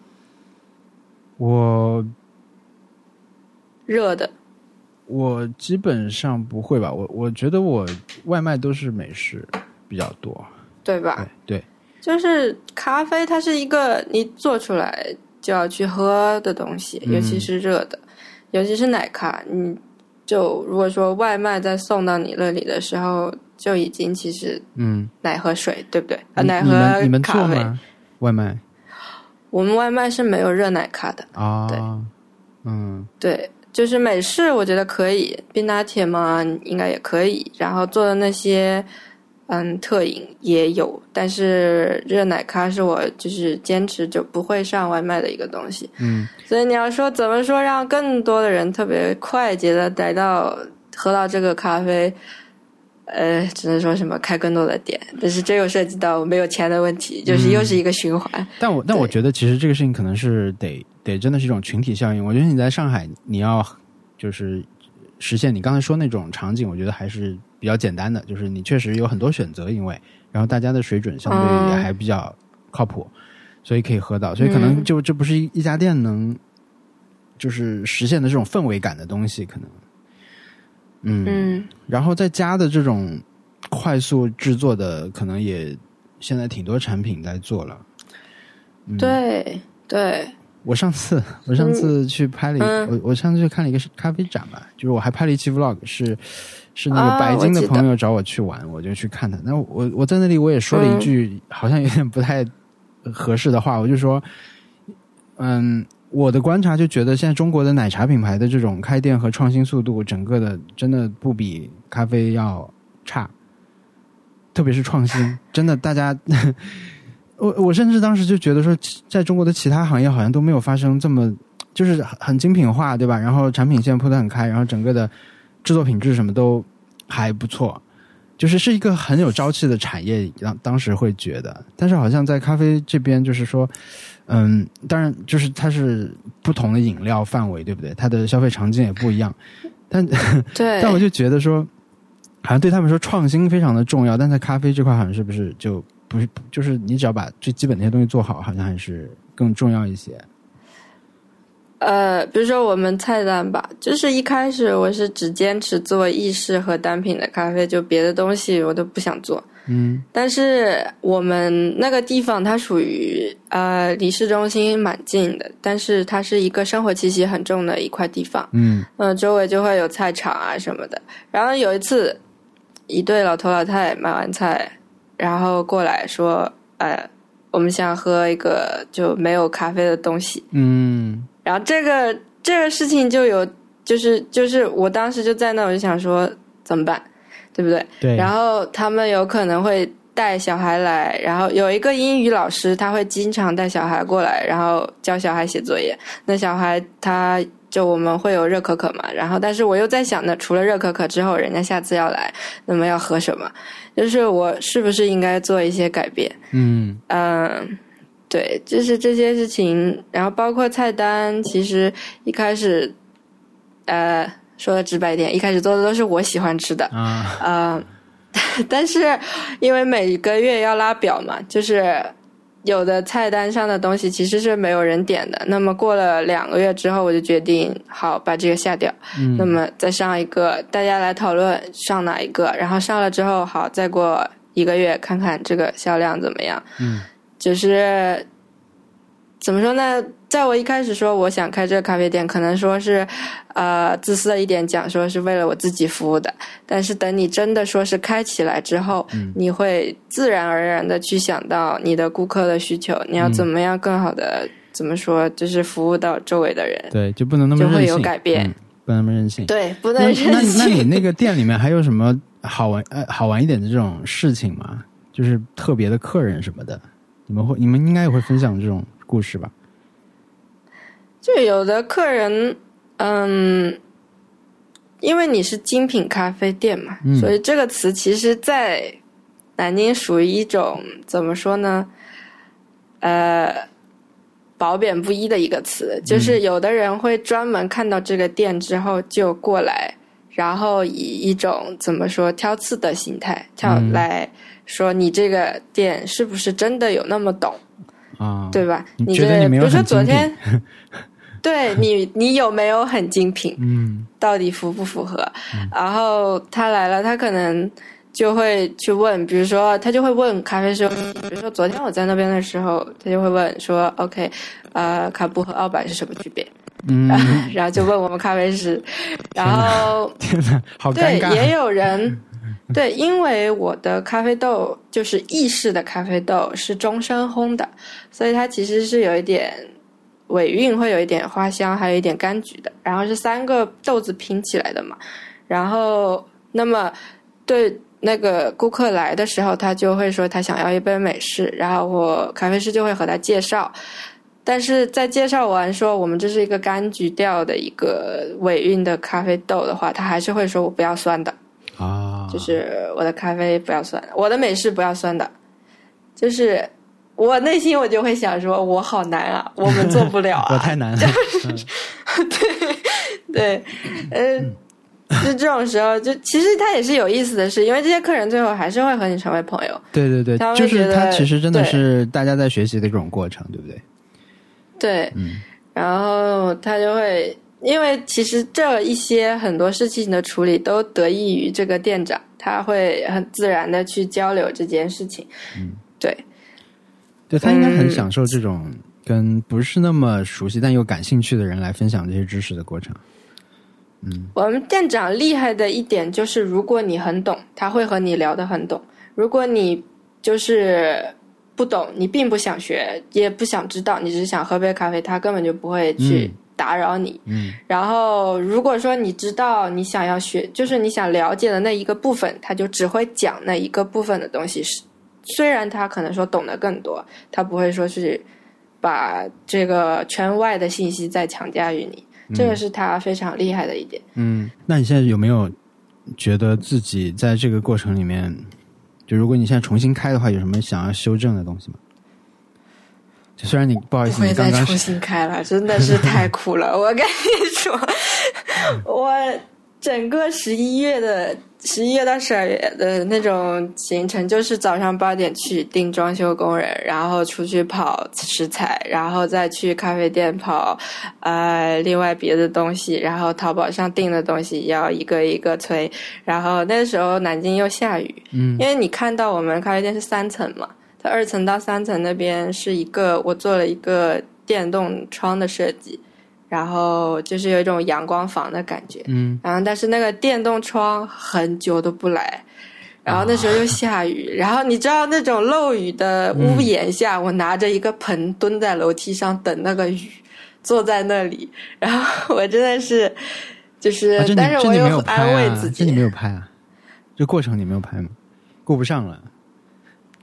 我热的。 我基本上不会吧，我我觉得我外卖都是美式比较多， 对吧？ 对，对， 就是咖啡，它是一个你做出来就要去喝的东西，尤其是热的，嗯、尤其是奶咖，你就如果说外卖再送到你那里的时候，就已经其实嗯奶和水，对不对？啊，奶和咖啡。 你们做吗？外卖？ 我们外卖是没有热奶咖的啊， 对， 嗯， 对。就是美式我觉得可以，冰拿铁嘛应该也可以，然后做的那些嗯特饮也有，但是热奶咖是我就是坚持就不会上外卖的一个东西。 嗯， 所以你要说怎么说让更多的人特别快捷的来到喝到这个咖啡，呃，只能说什么开更多的店，但是这又涉及到没有钱的问题，就是又是一个循环。嗯、 但我但我觉得其实这个事情可能是得得真的是一种群体效应。我觉得你在上海，你要就是实现你刚才说那种场景，我觉得还是比较简单的，就是你确实有很多选择，因为然后大家的水准相对也还比较靠谱，嗯、所以可以喝到，所以可能就这不是一家店能就是实现的这种氛围感的东西，可能。嗯嗯，然后在家的这种快速制作的，可能也现在挺多产品在做了。 嗯、对对， 我上次我上次去拍了一，嗯、我我上次去看了一个咖啡展吧，就是我还拍了一期 vlog， 是是那个白金的朋友找我去玩，啊、我, 我就去看他。那我我在那里我也说了一句、嗯、好像有点不太合适的话，我就说，嗯。我的观察就觉得现在中国的奶茶品牌的这种开店和创新速度，整个的真的不比咖啡要差，特别是创新，真的大家，我我甚至当时就觉得说，在中国的其他行业好像都没有发生这么就是很精品化，对吧？然后产品线铺得很开，然后整个的制作品质什么都还不错，就是是一个很有朝气的产业，当当时会觉得，但是好像在咖啡这边就是说。嗯，当然，就是它是不同的饮料范围，对不对？它的消费场景也不一样，但对， 但我就觉得说，好像对他们说创新非常的重要，但在咖啡这块好像是不是就不是，就是你只要把最基本的那些东西做好，好像还是更重要一些。 呃，比如说我们菜单吧，就是一开始我是只坚持做意式和单品的咖啡，就别的东西我都不想做。 嗯， 但是我们那个地方它属于呃离市中心蛮近的，但是它是一个生活气息很重的一块地方。 嗯， 呃，周围就会有菜场啊什么的。然后有一次，一对老头老太买完菜，然后过来说，呃，我们想喝一个就没有咖啡的东西。 嗯， 然后这个这个事情就有，就是就是我当时就在那，我就想说怎么办？对不对？ 对。 然后他们有可能会带小孩来，然后有一个英语老师，他会经常带小孩过来，然后教小孩写作业。那小孩他就我们会有热可可嘛，然后但是我又在想呢，除了热可可之后，人家下次要来，那么要喝什么？就是我是不是应该做一些改变？ 嗯嗯，对，就是这些事情，然后包括菜单，其实一开始，呃，说的直白一点，一开始做的都是我喜欢吃的啊， 呃，但是因为每个月要拉表嘛，就是有的菜单上的东西其实是没有人点的。那么过了两个月之后，我就决定好把这个下掉， 嗯， 那么再上一个，大家来讨论上哪一个，然后上了之后，好，再过一个月看看这个销量怎么样。 嗯， 就是怎么说呢？在我一开始说我想开这个咖啡店，可能说是呃自私的一点讲，说是为了我自己服务的。但是等你真的说是开起来之后， 嗯， 你会自然而然的去想到你的顾客的需求，你要怎么样更好的、嗯、怎么说，就是服务到周围的人。 对，就不能那么任性， 就会有改变， 嗯、不能那么任性。 对，不能任性。 那那那你那个店里面还有什么好玩呃好玩一点的这种事情吗？就是特别的客人什么的，你们会你们应该也会分享这种故事吧？ 就有的客人，嗯，因为你是精品咖啡店嘛， 嗯、 所以这个词其实在南京属于一种怎么说呢？呃，褒贬不一的一个词，就是有的人会专门看到这个店之后就过来，然后以一种怎么说挑刺的心态跳来说，你这个店是不是真的有那么懂？ 啊， 对吧？ 你觉得你没有很精品？ 比如说昨天对你你有没有很精品？ 嗯， 到底符不符合？ 嗯、 然后他来了，他可能就会去问，比如说他就会问咖啡师，比如说昨天我在那边的时候，他就会问说 OK 呃卡布和澳白是什么区别？ 嗯， 然后就问我们咖啡师，然后天哪，好尴尬。 对，也有人对，因为我的咖啡豆就是意式的咖啡豆是终身烘的，所以它其实是有一点尾韵，会有一点花香，还有一点柑橘的，然后是三个豆子拼起来的嘛。然后那么对那个顾客来的时候，他就会说他想要一杯美式，然后我咖啡师就会和他介绍。但是在介绍完说我们这是一个柑橘调的一个尾韵的咖啡豆的话，他还是会说我不要酸的啊， 就是我的咖啡不要酸的，我的美式不要酸的。就是我内心我就会想说我好难啊，我们做不了啊我太难了、 就是嗯、对对呃就这种时候，就其实它也是有意思的是，因为这些客人最后还是会和你成为朋友。 对对对，就是它其实真的是大家在学习的一种过程，对不对？ 对， 嗯， 然后他就会，因为其实这一些很多事情的处理都得益于这个店长，他会很自然的去交流这件事情。 嗯， 对， 对，他应该很享受这种跟不是那么熟悉但又感兴趣的人来分享这些知识的过程。嗯， 我们店长厉害的一点就是，如果你很懂，他会和你聊得很懂；如果你就是不懂，你并不想学，也不想知道，你只是想喝杯咖啡，他根本就不会去打扰你。 嗯， 然后如果说你知道你想要学，就是你想了解的那一个部分，他就只会讲那一个部分的东西。虽然他可能说懂得更多，他不会说是把这个圈外的信息再强加于你。这个是他非常厉害的一点。 嗯，那你现在有没有觉得自己在这个过程里面，就如果你现在重新开的话，有什么想要修正的东西吗？就虽然你不好意思， 不会再重新开了，真的是太苦了。我跟你说，我整个十一月的十一月到十二月的那种行程，就是早上八点去订装修工人，然后出去跑食材，然后再去咖啡店跑呃另外别的东西，然后淘宝上订的东西要一个一个催。然后那时候南京又下雨， 嗯， 因为你看到我们咖啡店是三层嘛，它二层到三层那边是一个，我做了一个电动窗的设计。然后就是有一种阳光房的感觉， 嗯， 然后但是那个电动窗很久都不来，然后那时候又下雨，啊、然后你知道那种漏雨的屋檐下，嗯、我拿着一个盆蹲在楼梯上等那个雨，坐在那里，然后我真的是就是， 啊、 但是我又安慰自己， 这你没有拍啊？这过程你没有拍吗？顾不上了。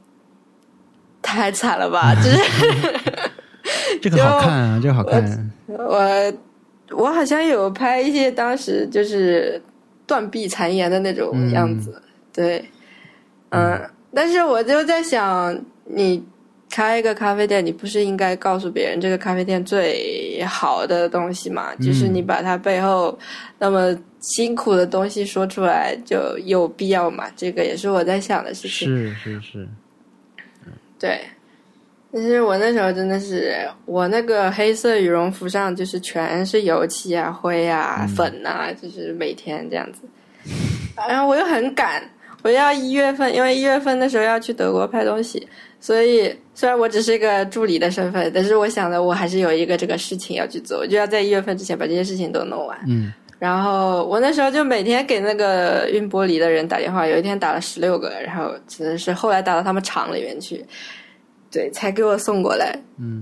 太惨了吧，就是这个好看啊，这个好看。 我我好像有拍一些当时就是断壁残垣的那种样子，嗯、对，嗯、呃，但是我就在想，你开一个咖啡店，你不是应该告诉别人这个咖啡店最好的东西吗？嗯、就是你把它背后那么辛苦的东西说出来，就有必要吗？这个也是我在想的事情。 是是是， 对。但是我那时候真的是，我那个黑色羽绒服上就是全是油漆啊、灰啊、嗯、粉啊，就是每天这样子。然后我又很赶，我要一月份，因为一月份的时候要去德国拍东西，所以虽然我只是一个助理的身份，但是我想的我还是有一个这个事情要去做，我就要在一月份之前把这些事情都弄完。 嗯。 然后我那时候就每天给那个运玻璃的人打电话，有一天打了十六个，然后真的是后来打到他们厂里面去。对，才给我送过来。 嗯，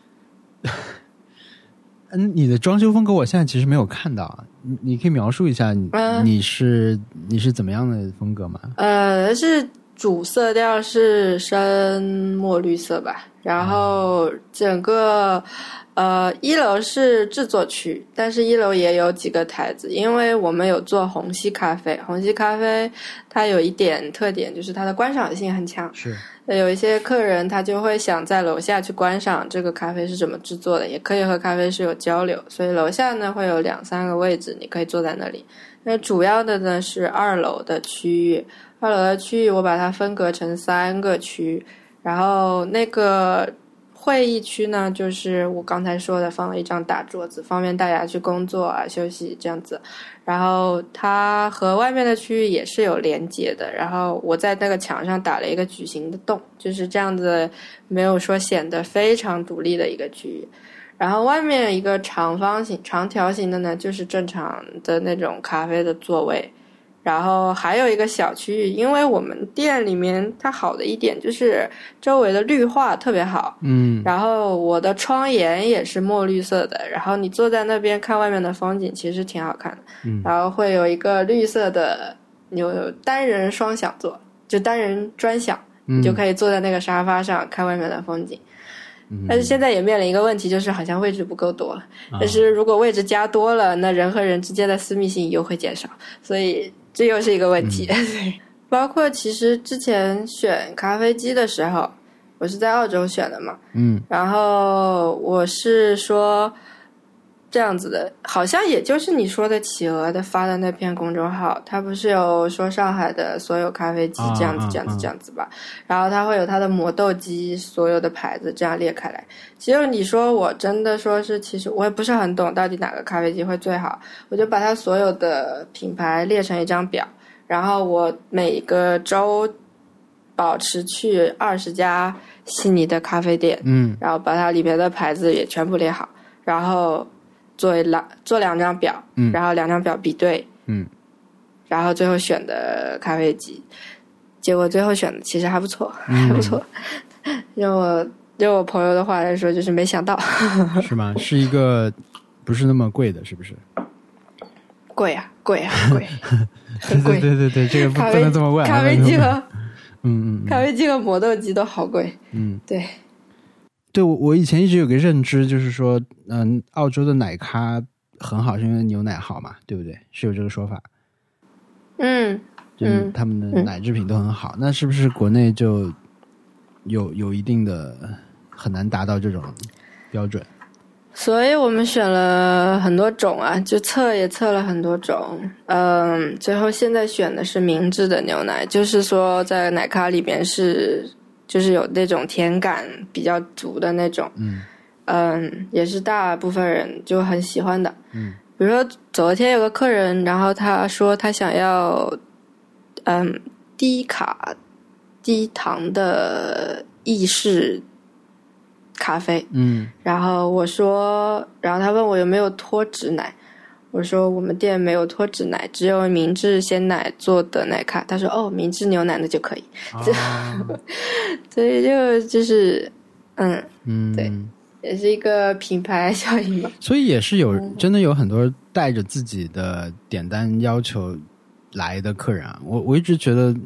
嗯，你的装修风格我现在其实没有看到，你你可以描述一下你、嗯、你是你是怎么样的风格吗？ 呃，是主色调是深墨绿色吧，然后整个、嗯、呃一楼是制作区，但是一楼也有几个台子，因为我们有做虹吸咖啡，虹吸咖啡它有一点特点就是它的观赏性很强， 是。 有一些客人他就会想在楼下去观赏这个咖啡是怎么制作的，也可以和咖啡师有交流，所以楼下呢会有两三个位置你可以坐在那里。那主要的呢是二楼的区域，二楼的区域我把它分隔成三个区，然后那个会议区呢就是我刚才说的放了一张大桌子，方便大家去工作啊休息这样子，然后它和外面的区域也是有连接的，然后我在那个墙上打了一个矩形的洞，就是这样子没有说显得非常独立的一个区域。然后外面一个长方形长条形的呢就是正常的那种咖啡的座位，然后还有一个小区域，因为我们店里面它好的一点就是周围的绿化特别好， 嗯， 然后我的窗沿也是墨绿色的，然后你坐在那边看外面的风景其实挺好看的， 嗯， 然后会有一个绿色的有单人双享座，就单人专享， 嗯， 你就可以坐在那个沙发上看外面的风景。但是现在也面临一个问题，就是好像位置不够多， 嗯， 但是如果位置加多了，那人和人之间的私密性又会减少，所以这又是一个问题。嗯，包括其实之前选咖啡机的时候，我是在澳洲选的嘛， 嗯， 然后我是说这样子的，好像也就是你说的企鹅的发的那篇公众号，它不是有说上海的所有咖啡机这样子这样子这样子吧，然后它会有它的磨豆机所有的牌子这样列开来。其实你说我真的说是，其实我也不是很懂到底哪个咖啡机会最好，我就把它所有的品牌列成一张表，然后我每个周保持去二十家悉尼的咖啡店， 嗯， 然后把它里面的牌子也全部列好，然后做两做两张表， 嗯， 然后两张表比对， 嗯， 然后最后选的咖啡机，结果最后选的其实还不错， 嗯， 还不错。用我用我朋友的话来说，就是没想到。 是吗？是一个不是那么贵的，是不是？ 贵啊，贵啊，贵，很贵。 对对对对，这个不不能这么问。 咖啡机和嗯嗯， 咖啡机和磨豆机都好贵。 嗯， 对。 对，我我以前一直有个认知，就是说，嗯，澳洲的奶咖很好，是因为牛奶好嘛，对不对？是有这个说法。 嗯， 就是他们的奶制品都很好，嗯，那是不是国内就有有一定的很难达到这种标准？ 所以我们选了很多种啊，就测也测了很多种，嗯，最后现在选的是明治的牛奶，就是说在奶咖里边是。就是有那种甜感比较足的那种， 嗯嗯，也是大部分人就很喜欢的。 嗯， 比如说昨天有个客人，然后他说他想要嗯低卡低糖的意式咖啡， 嗯， 然后我说，然后他问我有没有脱脂奶。我说我们店没有脱脂奶，只有明治鲜奶做的奶咖。他说哦，明治牛奶的就可以。 啊， 所以就就是嗯嗯， 对，也是一个品牌效应嘛。 所以也是有、嗯、真的有很多带着自己的点单要求来的客人啊。我我一直觉得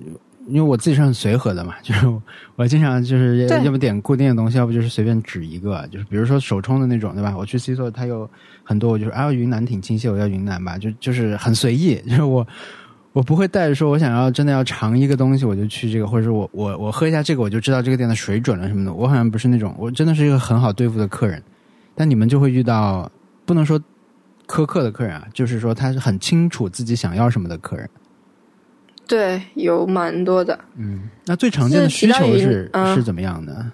因为我自己是很随和的嘛，就是我我经常就是要不点固定的东西，要不就是随便指一个，就是比如说手冲的那种，对吧？我去 C 座它有很多，我就是啊云南挺清晰，我要云南吧，就就是很随意，就是我我不会带着说我想要真的要尝一个东西我就去这个，或者是我我我喝一下这个我就知道这个店的水准了什么的，我好像不是那种，我真的是一个很好对付的客人。但你们就会遇到不能说苛刻的客人啊，就是说他是很清楚自己想要什么的客人。 对，有蛮多的。 嗯，那最常见的需求是、嗯、是怎么样的？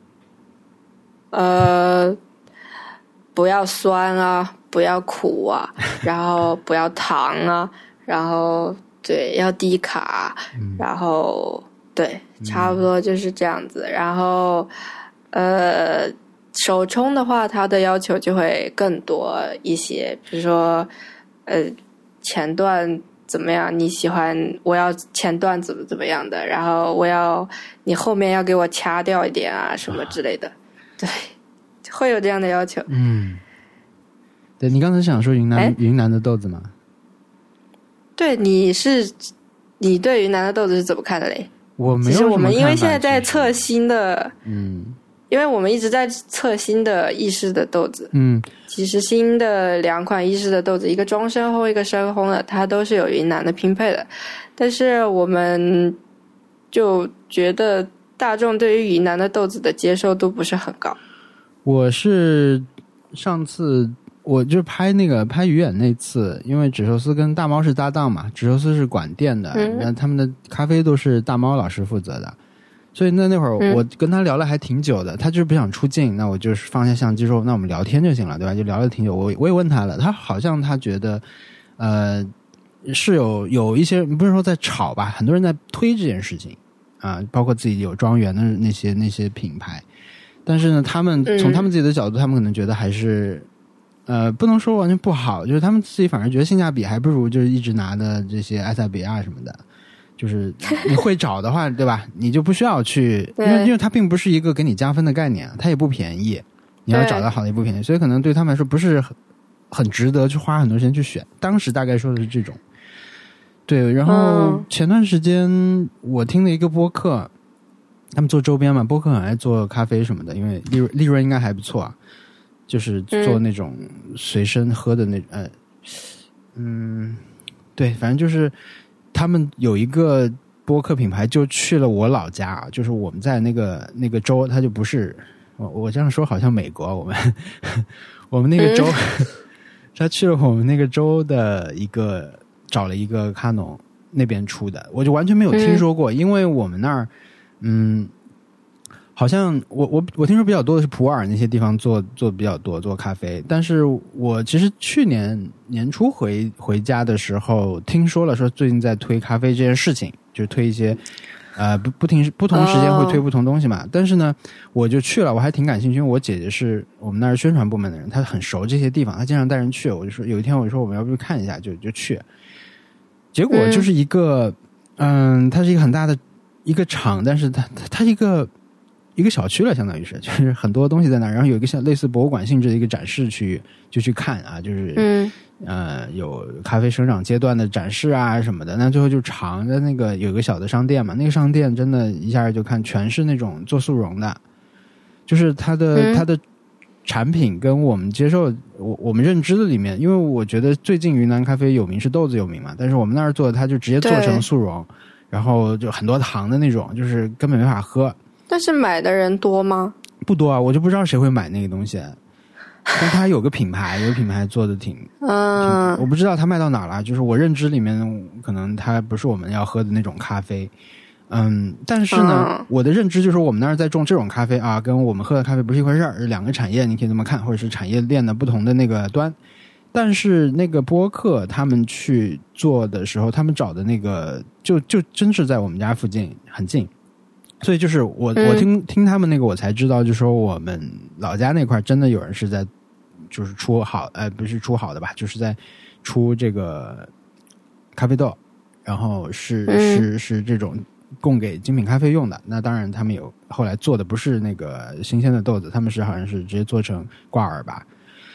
呃，不要酸啊，不要苦啊，然后不要糖啊，然后对要低卡，嗯、然后对，差不多就是这样子。嗯、然后呃，手冲的话，它的要求就会更多一些，比如说呃前段。怎么样？你喜欢我要前段怎么怎么样的，然后我要你后面要给我掐掉一点啊，什么之类的，对，会有这样的要求。 嗯，对，你刚才想说云南云南的豆子吗？ 对，你是你对云南的豆子是怎么看的嘞？ 我没有什么看法。其实我们因为现在在测新的， 嗯。 因为我们一直在测新的意式的豆子， 嗯， 其实新的两款意式的豆子，一个中深烘，一个深烘的，它都是有云南的拼配的，但是我们就觉得大众对于云南的豆子的接受度不是很高。 我是上次我就拍那个拍鱼眼那次，因为纸寿司跟大猫是搭档嘛，纸寿司是管店的，那、嗯、他们的咖啡都是大猫老师负责的。所以那那会儿我跟他聊了还挺久的、嗯、他就是不想出镜，那我就是放下相机说那我们聊天就行了，对吧？就聊了挺久，我我也问他了，他好像他觉得呃是有有一些不是说在吵吧，很多人在推这件事情啊，包括自己有庄园的那些那些品牌，但是呢他们从他们自己的角度、嗯、他们可能觉得还是呃不能说完全不好，就是他们自己反而觉得性价比还不如就是一直拿的这些埃塞比亚什么的，就是你会找的话对吧，你就不需要去因为因为它并不是一个给你加分的概念，它也不便宜，你要找到好的也不便宜，所以可能对他们来说不是很很值得去花很多时间去选，当时大概说的是这种。对，然后前段时间我听了一个播客，他们做周边嘛，播客很爱做咖啡什么的，因为利润利润应该还不错啊，就是做那种随身喝的那呃嗯对，反正就是他们有一个播客品牌就去了我老家，就是我们在那个那个州，它就不是我我这样说好像美国，我们我们那个州、嗯、他去了我们那个州的一个找了一个咖农那边出的，我就完全没有听说过、嗯、因为我们那儿嗯好像我我我听说比较多的是普洱那些地方做做比较多做咖啡，但是我其实去年年初回回家的时候听说了，说最近在推咖啡这件事情，就是推一些呃不不停不同时间会推不同东西嘛、哦、但是呢我就去了，我还挺感兴趣，因为我姐姐是我们那儿宣传部门的人，她很熟这些地方，她经常带人去，我就说有一天我就说我们要不去看一下，就就去，结果就是一个嗯它是一个很大的一个厂，但是它它它是一个一个小区了，相当于是，就是很多东西在那儿，然后有一个像类似博物馆性质的一个展示区域，就去看啊，就是嗯呃有咖啡生长阶段的展示啊什么的。那最后就尝的那个有一个小的商店嘛，那个商店真的一下就看全是那种做速溶的，就是它的、嗯、它的产品跟我们接受我我们认知的里面，因为我觉得最近云南咖啡有名是豆子有名嘛，但是我们那儿做的它就直接做成速溶，然后就很多糖的那种，就是根本没法喝。 但是买的人多吗？ 不多啊，我就不知道谁会买那个东西。但它有个品牌，有个品牌做的挺，嗯，我不知道它卖到哪了。就是我认知里面，可能它不是我们要喝的那种咖啡。嗯，但是呢、嗯，我的认知就是我们那儿在种这种咖啡啊，跟我们喝的咖啡不是一回事儿，是两个产业，你可以这么看，或者是产业链的不同的那个端。但是那个播客他们去做的时候，他们找的那个就就真是在我们家附近，很近。所以就是我我听听他们那个我才知道，就说我们老家那块真的有人是在就是出好呃不是出好的吧，就是在出这个咖啡豆，然后是是是这种供给精品咖啡用的。那当然他们有后来做的不是那个新鲜的豆子，他们是好像是直接做成挂耳吧。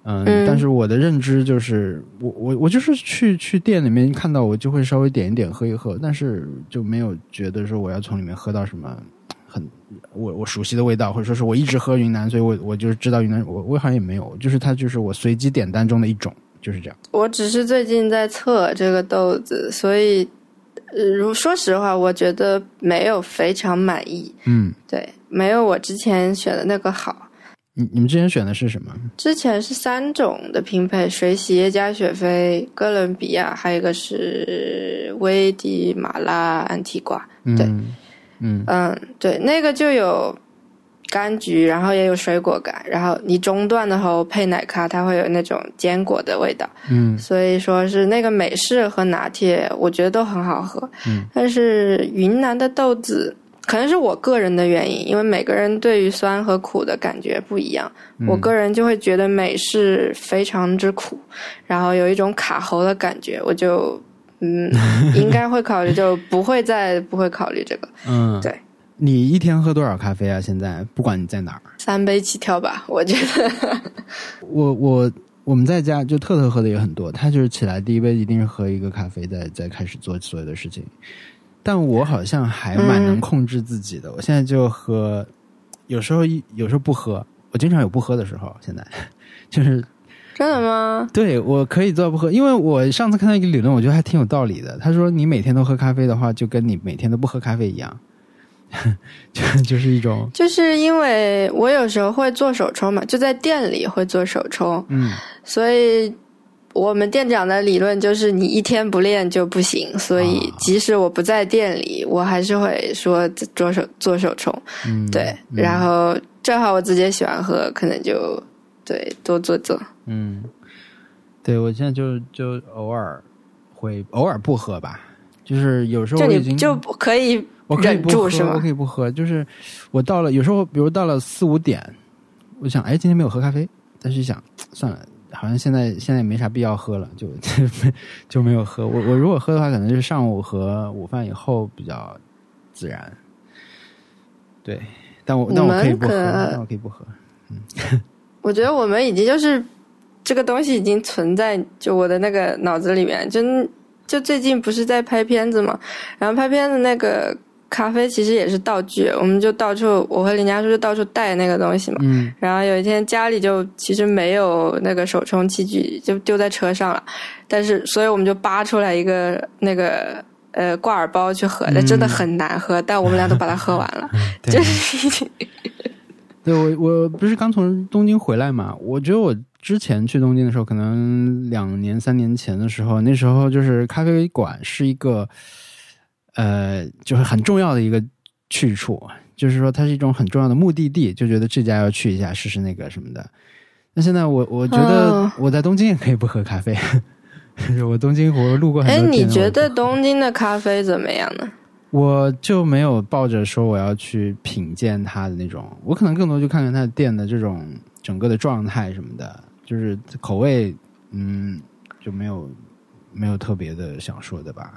嗯，嗯但是我的认知就是我我我就是去去店里面看到我就会稍微点一点喝一喝，但是就没有觉得说我要从里面喝到什么很我我熟悉的味道，或者说是我一直喝云南，所以我我就知道云南，我我好像也没有，就是它就是我随机点单中的一种，就是这样。 我只是最近在测这个豆子，所以呃，说实话我觉得没有非常满意。 嗯， 对，没有我之前选的那个好。 你你们之前选的是什么？ 之前是三种的拼配，水洗耶加雪菲、哥伦比亚，还有一个是危地马拉安提瓜。对， 嗯嗯，对，那个就有柑橘，然后也有水果感，然后你中段的后配奶咖，它会有那种坚果的味道。 嗯， 所以说是那个美式和拿铁，我觉得都很好喝。 嗯， 但是云南的豆子。可能是我个人的原因，因为每个人对于酸和苦的感觉不一样， 嗯、 我个人就会觉得美式非常之苦，然后有一种卡喉的感觉，我就嗯应该会考虑，就不会再不会考虑这个。 嗯， 对。 你一天喝多少咖啡啊？现在不管你在哪儿， 三杯起跳吧，我觉得。 我我我们在家就特特喝的也很多，他就是起来第一杯一定是喝一个咖啡，再再开始做所有的事情。但我好像还蛮能控制自己的、嗯、我现在就喝，有时候有时候不喝，我经常有不喝的时候，现在就是真的吗？ 对，我可以做到不喝，因为我上次看到一个理论我觉得还挺有道理的，他说你每天都喝咖啡的话就跟你每天都不喝咖啡一样就就是一种， 就是因为我有时候会做手冲嘛，就在店里会做手冲， 嗯， 所以我们店长的理论就是你一天不练就不行，所以即使我不在店里、哦、我还是会说做手做手冲。 嗯， 对、嗯、然后正好我自己也喜欢喝，可能就对多做做。 嗯，对，我现在就就偶尔会偶尔不喝吧，就是有时候我已经就你就可以忍住是吗？ 我可以不喝，就是我到了有时候比如到了四五点，我想哎今天没有喝咖啡，但是一想算了，好像现在现在也没啥必要喝了，就就没有喝。我我如果喝的话，可能就是上午和午饭以后比较自然。对，但我但我可以不喝，但我可以不喝。嗯， 我觉得我们已经就是这个东西已经存在就我的那个脑子里面，就就最近不是在拍片子嘛，然后拍片子那个。咖啡其实也是道具，我们就到处，我和林家叔就到处带那个东西嘛。 嗯。 然后有一天家里就其实没有那个手冲器具，就丢在车上了。但是所以我们就扒出来一个那个呃挂耳包去喝，那、嗯、真的很难喝，但我们俩都把它喝完了。 对。就是对，我我不是刚从东京回来嘛？我觉得我之前去东京的时候，可能两年三年前的时候，那时候就是咖啡馆是一个。呃，就是很重要的一个去处，就是说它是一种很重要的目的地，就觉得这家要去一下，试试那个什么的。那现在我我觉得我在东京也可以不喝咖啡，哦、我东京我路过很多店。 哎，你觉得东京的咖啡怎么样呢？ 我就没有抱着说我要去品鉴它的那种，我可能更多就看看它的店的这种整个的状态什么的，就是口味，嗯，就没有没有特别的想说的吧。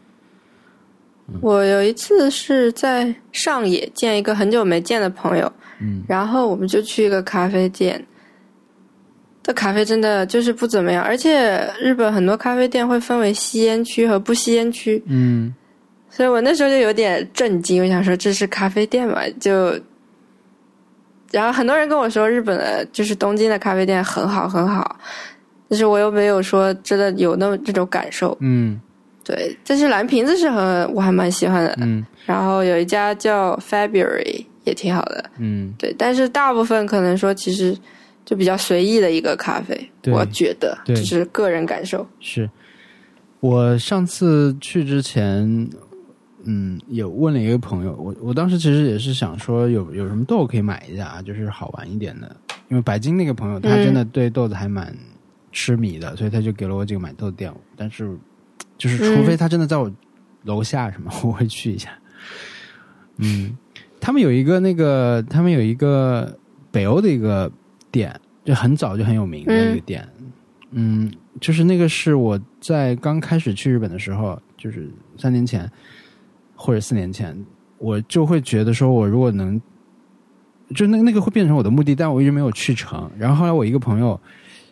我有一次是在上野见一个很久没见的朋友， 嗯， 然后我们就去一个咖啡店，这咖啡真的就是不怎么样，而且日本很多咖啡店会分为吸烟区和不吸烟区， 嗯， 所以我那时候就有点震惊，我想说这是咖啡店嘛，就，然后很多人跟我说日本的就是东京的咖啡店很好很好，但是我又没有说真的有那么这种感受， 嗯。 对，但是蓝瓶子是很我还蛮喜欢的， 嗯， 然后有一家叫 February 也挺好的， 嗯， 对，但是大部分可能说其实就比较随意的一个咖啡，我觉得这是个人感受。 是我上次去之前，嗯，有问了一个朋友，我我当时其实也是想说有有什么豆可以买一下，就是好玩一点的，因为白金那个朋友他真的对豆子还蛮痴迷的，嗯、所以他就给了我几个买豆店，但是。就是除非他真的在我楼下什么、嗯、我会去一下。嗯，他们有一个那个他们有一个北欧的一个店，就很早就很有名的一个店。嗯, 嗯就是那个是我在刚开始去日本的时候，就是三年前或者四年前，我就会觉得说我如果能就那那个会变成我的目的，但我一直没有去成。然后后来我一个朋友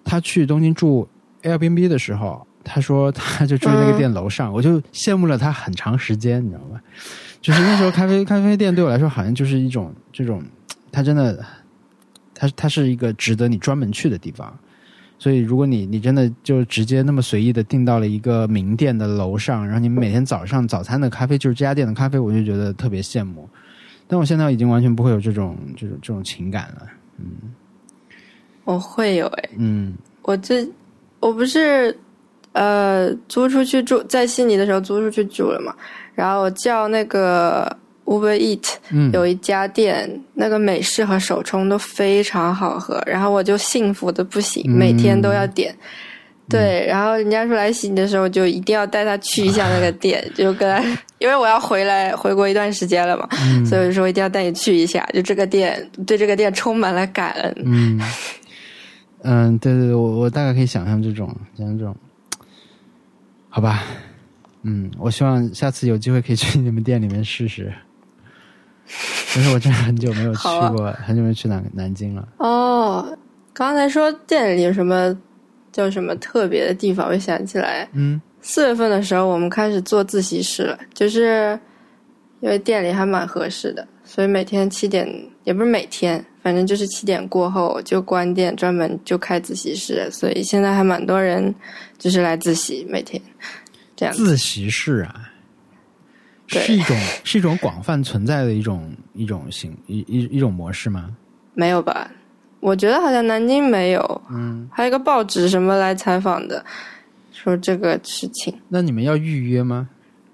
他去东京住 Airbnb 的时候，他说他就住那个店楼上、嗯、我就羡慕了他很长时间，你知道吗？就是那时候咖啡咖啡店对我来说好像就是一种这种，它真的它它是一个值得你专门去的地方。所以如果你你真的就直接那么随意的订到了一个名店的楼上，然后你每天早上早餐的咖啡就是这家店的咖啡，我就觉得特别羡慕。但我现在已经完全不会有这种这种这种情感了。嗯， 我会有诶。 嗯， 我这我不是呃租出去住，在悉尼的时候租出去住了嘛，然后我叫那个 Uber Eat、嗯、有一家店那个美式和手冲都非常好喝，然后我就幸福的不行、嗯、每天都要点。对、嗯、然后人家说来悉尼的时候就一定要带他去一下那个店、啊、就跟他，因为我要回来回国一段时间了嘛、嗯、所以说一定要带你去一下，就这个店对这个店充满了感恩。 嗯嗯，对对对，我我大概可以想象这种像这种，好吧。嗯，我希望下次有机会可以去你们店里面试试。但是我真的很久没有去过、啊、很久没有去南南京了。 哦，刚才说店里有什么叫什么特别的地方，我想起来， 嗯， 四月份的时候我们开始做自习室了，就是因为店里还蛮合适的，所以每天七点，也不是每天，反正就是七点过后就关店，专门就开自习室，所以现在还蛮多人就是来自习，每天这样子。 自习室啊，是一种是一种广泛存在的一种一种形一一一种模式吗？ 没有吧？我觉得好像南京没有。 嗯， 还有一个报纸什么来采访的，说这个事情。 那你们要预约吗？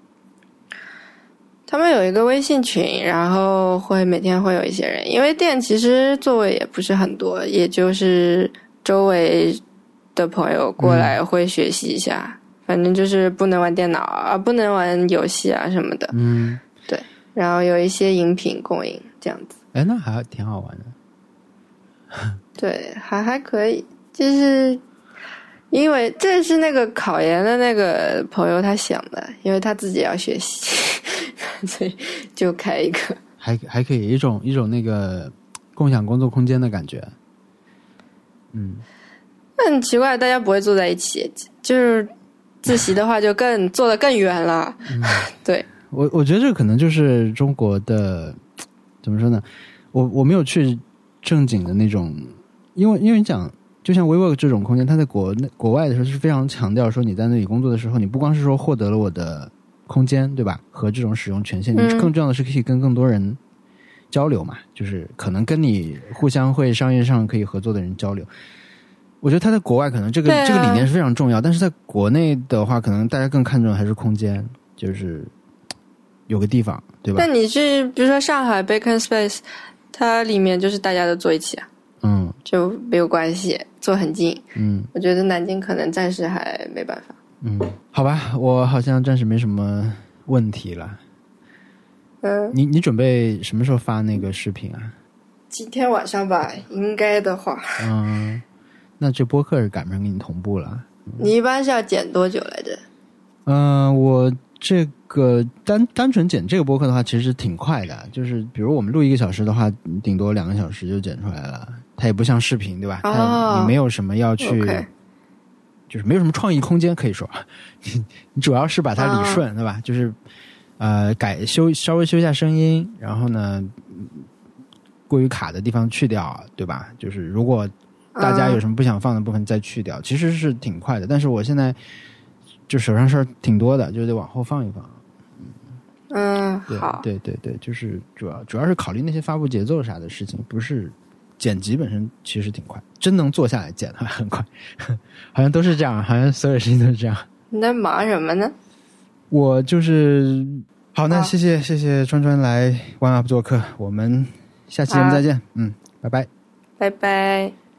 他们有一个微信群，然后会每天会有一些人，因为店其实座位也不是很多，也就是周围的朋友过来会学习一下、嗯、反正就是不能玩电脑啊，不能玩游戏啊什么的。 嗯， 对，然后有一些饮品供应这样子。 哎，那还挺好玩的。 对，还还可以，就是因为这是那个考研的那个朋友他想的，因为他自己要学习，所以就开一个， 还还可以一种一种那个共享工作空间的感觉。嗯， 很奇怪，大家不会坐在一起，就是自习的话就更坐得更远了。嗯、对， 我我觉得这可能就是中国的怎么说呢？我我没有去正经的那种，因为因为你讲，就像 WeWork 这种空间，它在国内国外的时候是非常强调说，你在那里工作的时候，你不光是说获得了我的空间，对吧？和这种使用权限，你更重要的是可以跟更多人交流嘛，就是可能跟你互相会商业上可以合作的人交流。我觉得他在国外可能这个、啊、这个理念是非常重要，但是在国内的话，可能大家更看重还是空间，就是有个地方，对吧？ 但你是比如说上海 Bacon Space， 它里面就是大家都坐一起啊， 嗯， 就没有关系，坐很近。 嗯， 我觉得南京可能暂时还没办法。 嗯，好吧，我好像暂时没什么问题了。 嗯， 你你准备什么时候发那个视频啊？ 今天晚上吧，应该的话。 嗯，那这播客是赶不上给你同步了。 嗯、你一般是要剪多久来着？ 嗯、呃，我这个单单纯剪这个播客的话，其实挺快的。就是比如我们录一个小时的话，顶多两个小时就剪出来了。它也不像视频，对吧？ 哦、 它你没有什么要去。 Okay. 就是没有什么创意空间可以说，你你主要是把它理顺， oh. 对吧？就是呃改修稍微修一下声音，然后呢过于卡的地方去掉，对吧？就是如果大家有什么不想放的部分再去掉， oh. 其实是挺快的。但是我现在就手上事儿挺多的，就得往后放一放。 嗯， 对好， 对对对，就是主要主要是考虑那些发布节奏啥的事情，不是。剪辑本身其实挺快，真能坐下来剪的很快，好像都是这样，好像所有事情都是这样。 你在忙什么呢？ 我就是好，那谢谢谢谢川川来 One Up 做客，我们下期节目再见，嗯，拜拜， 拜拜。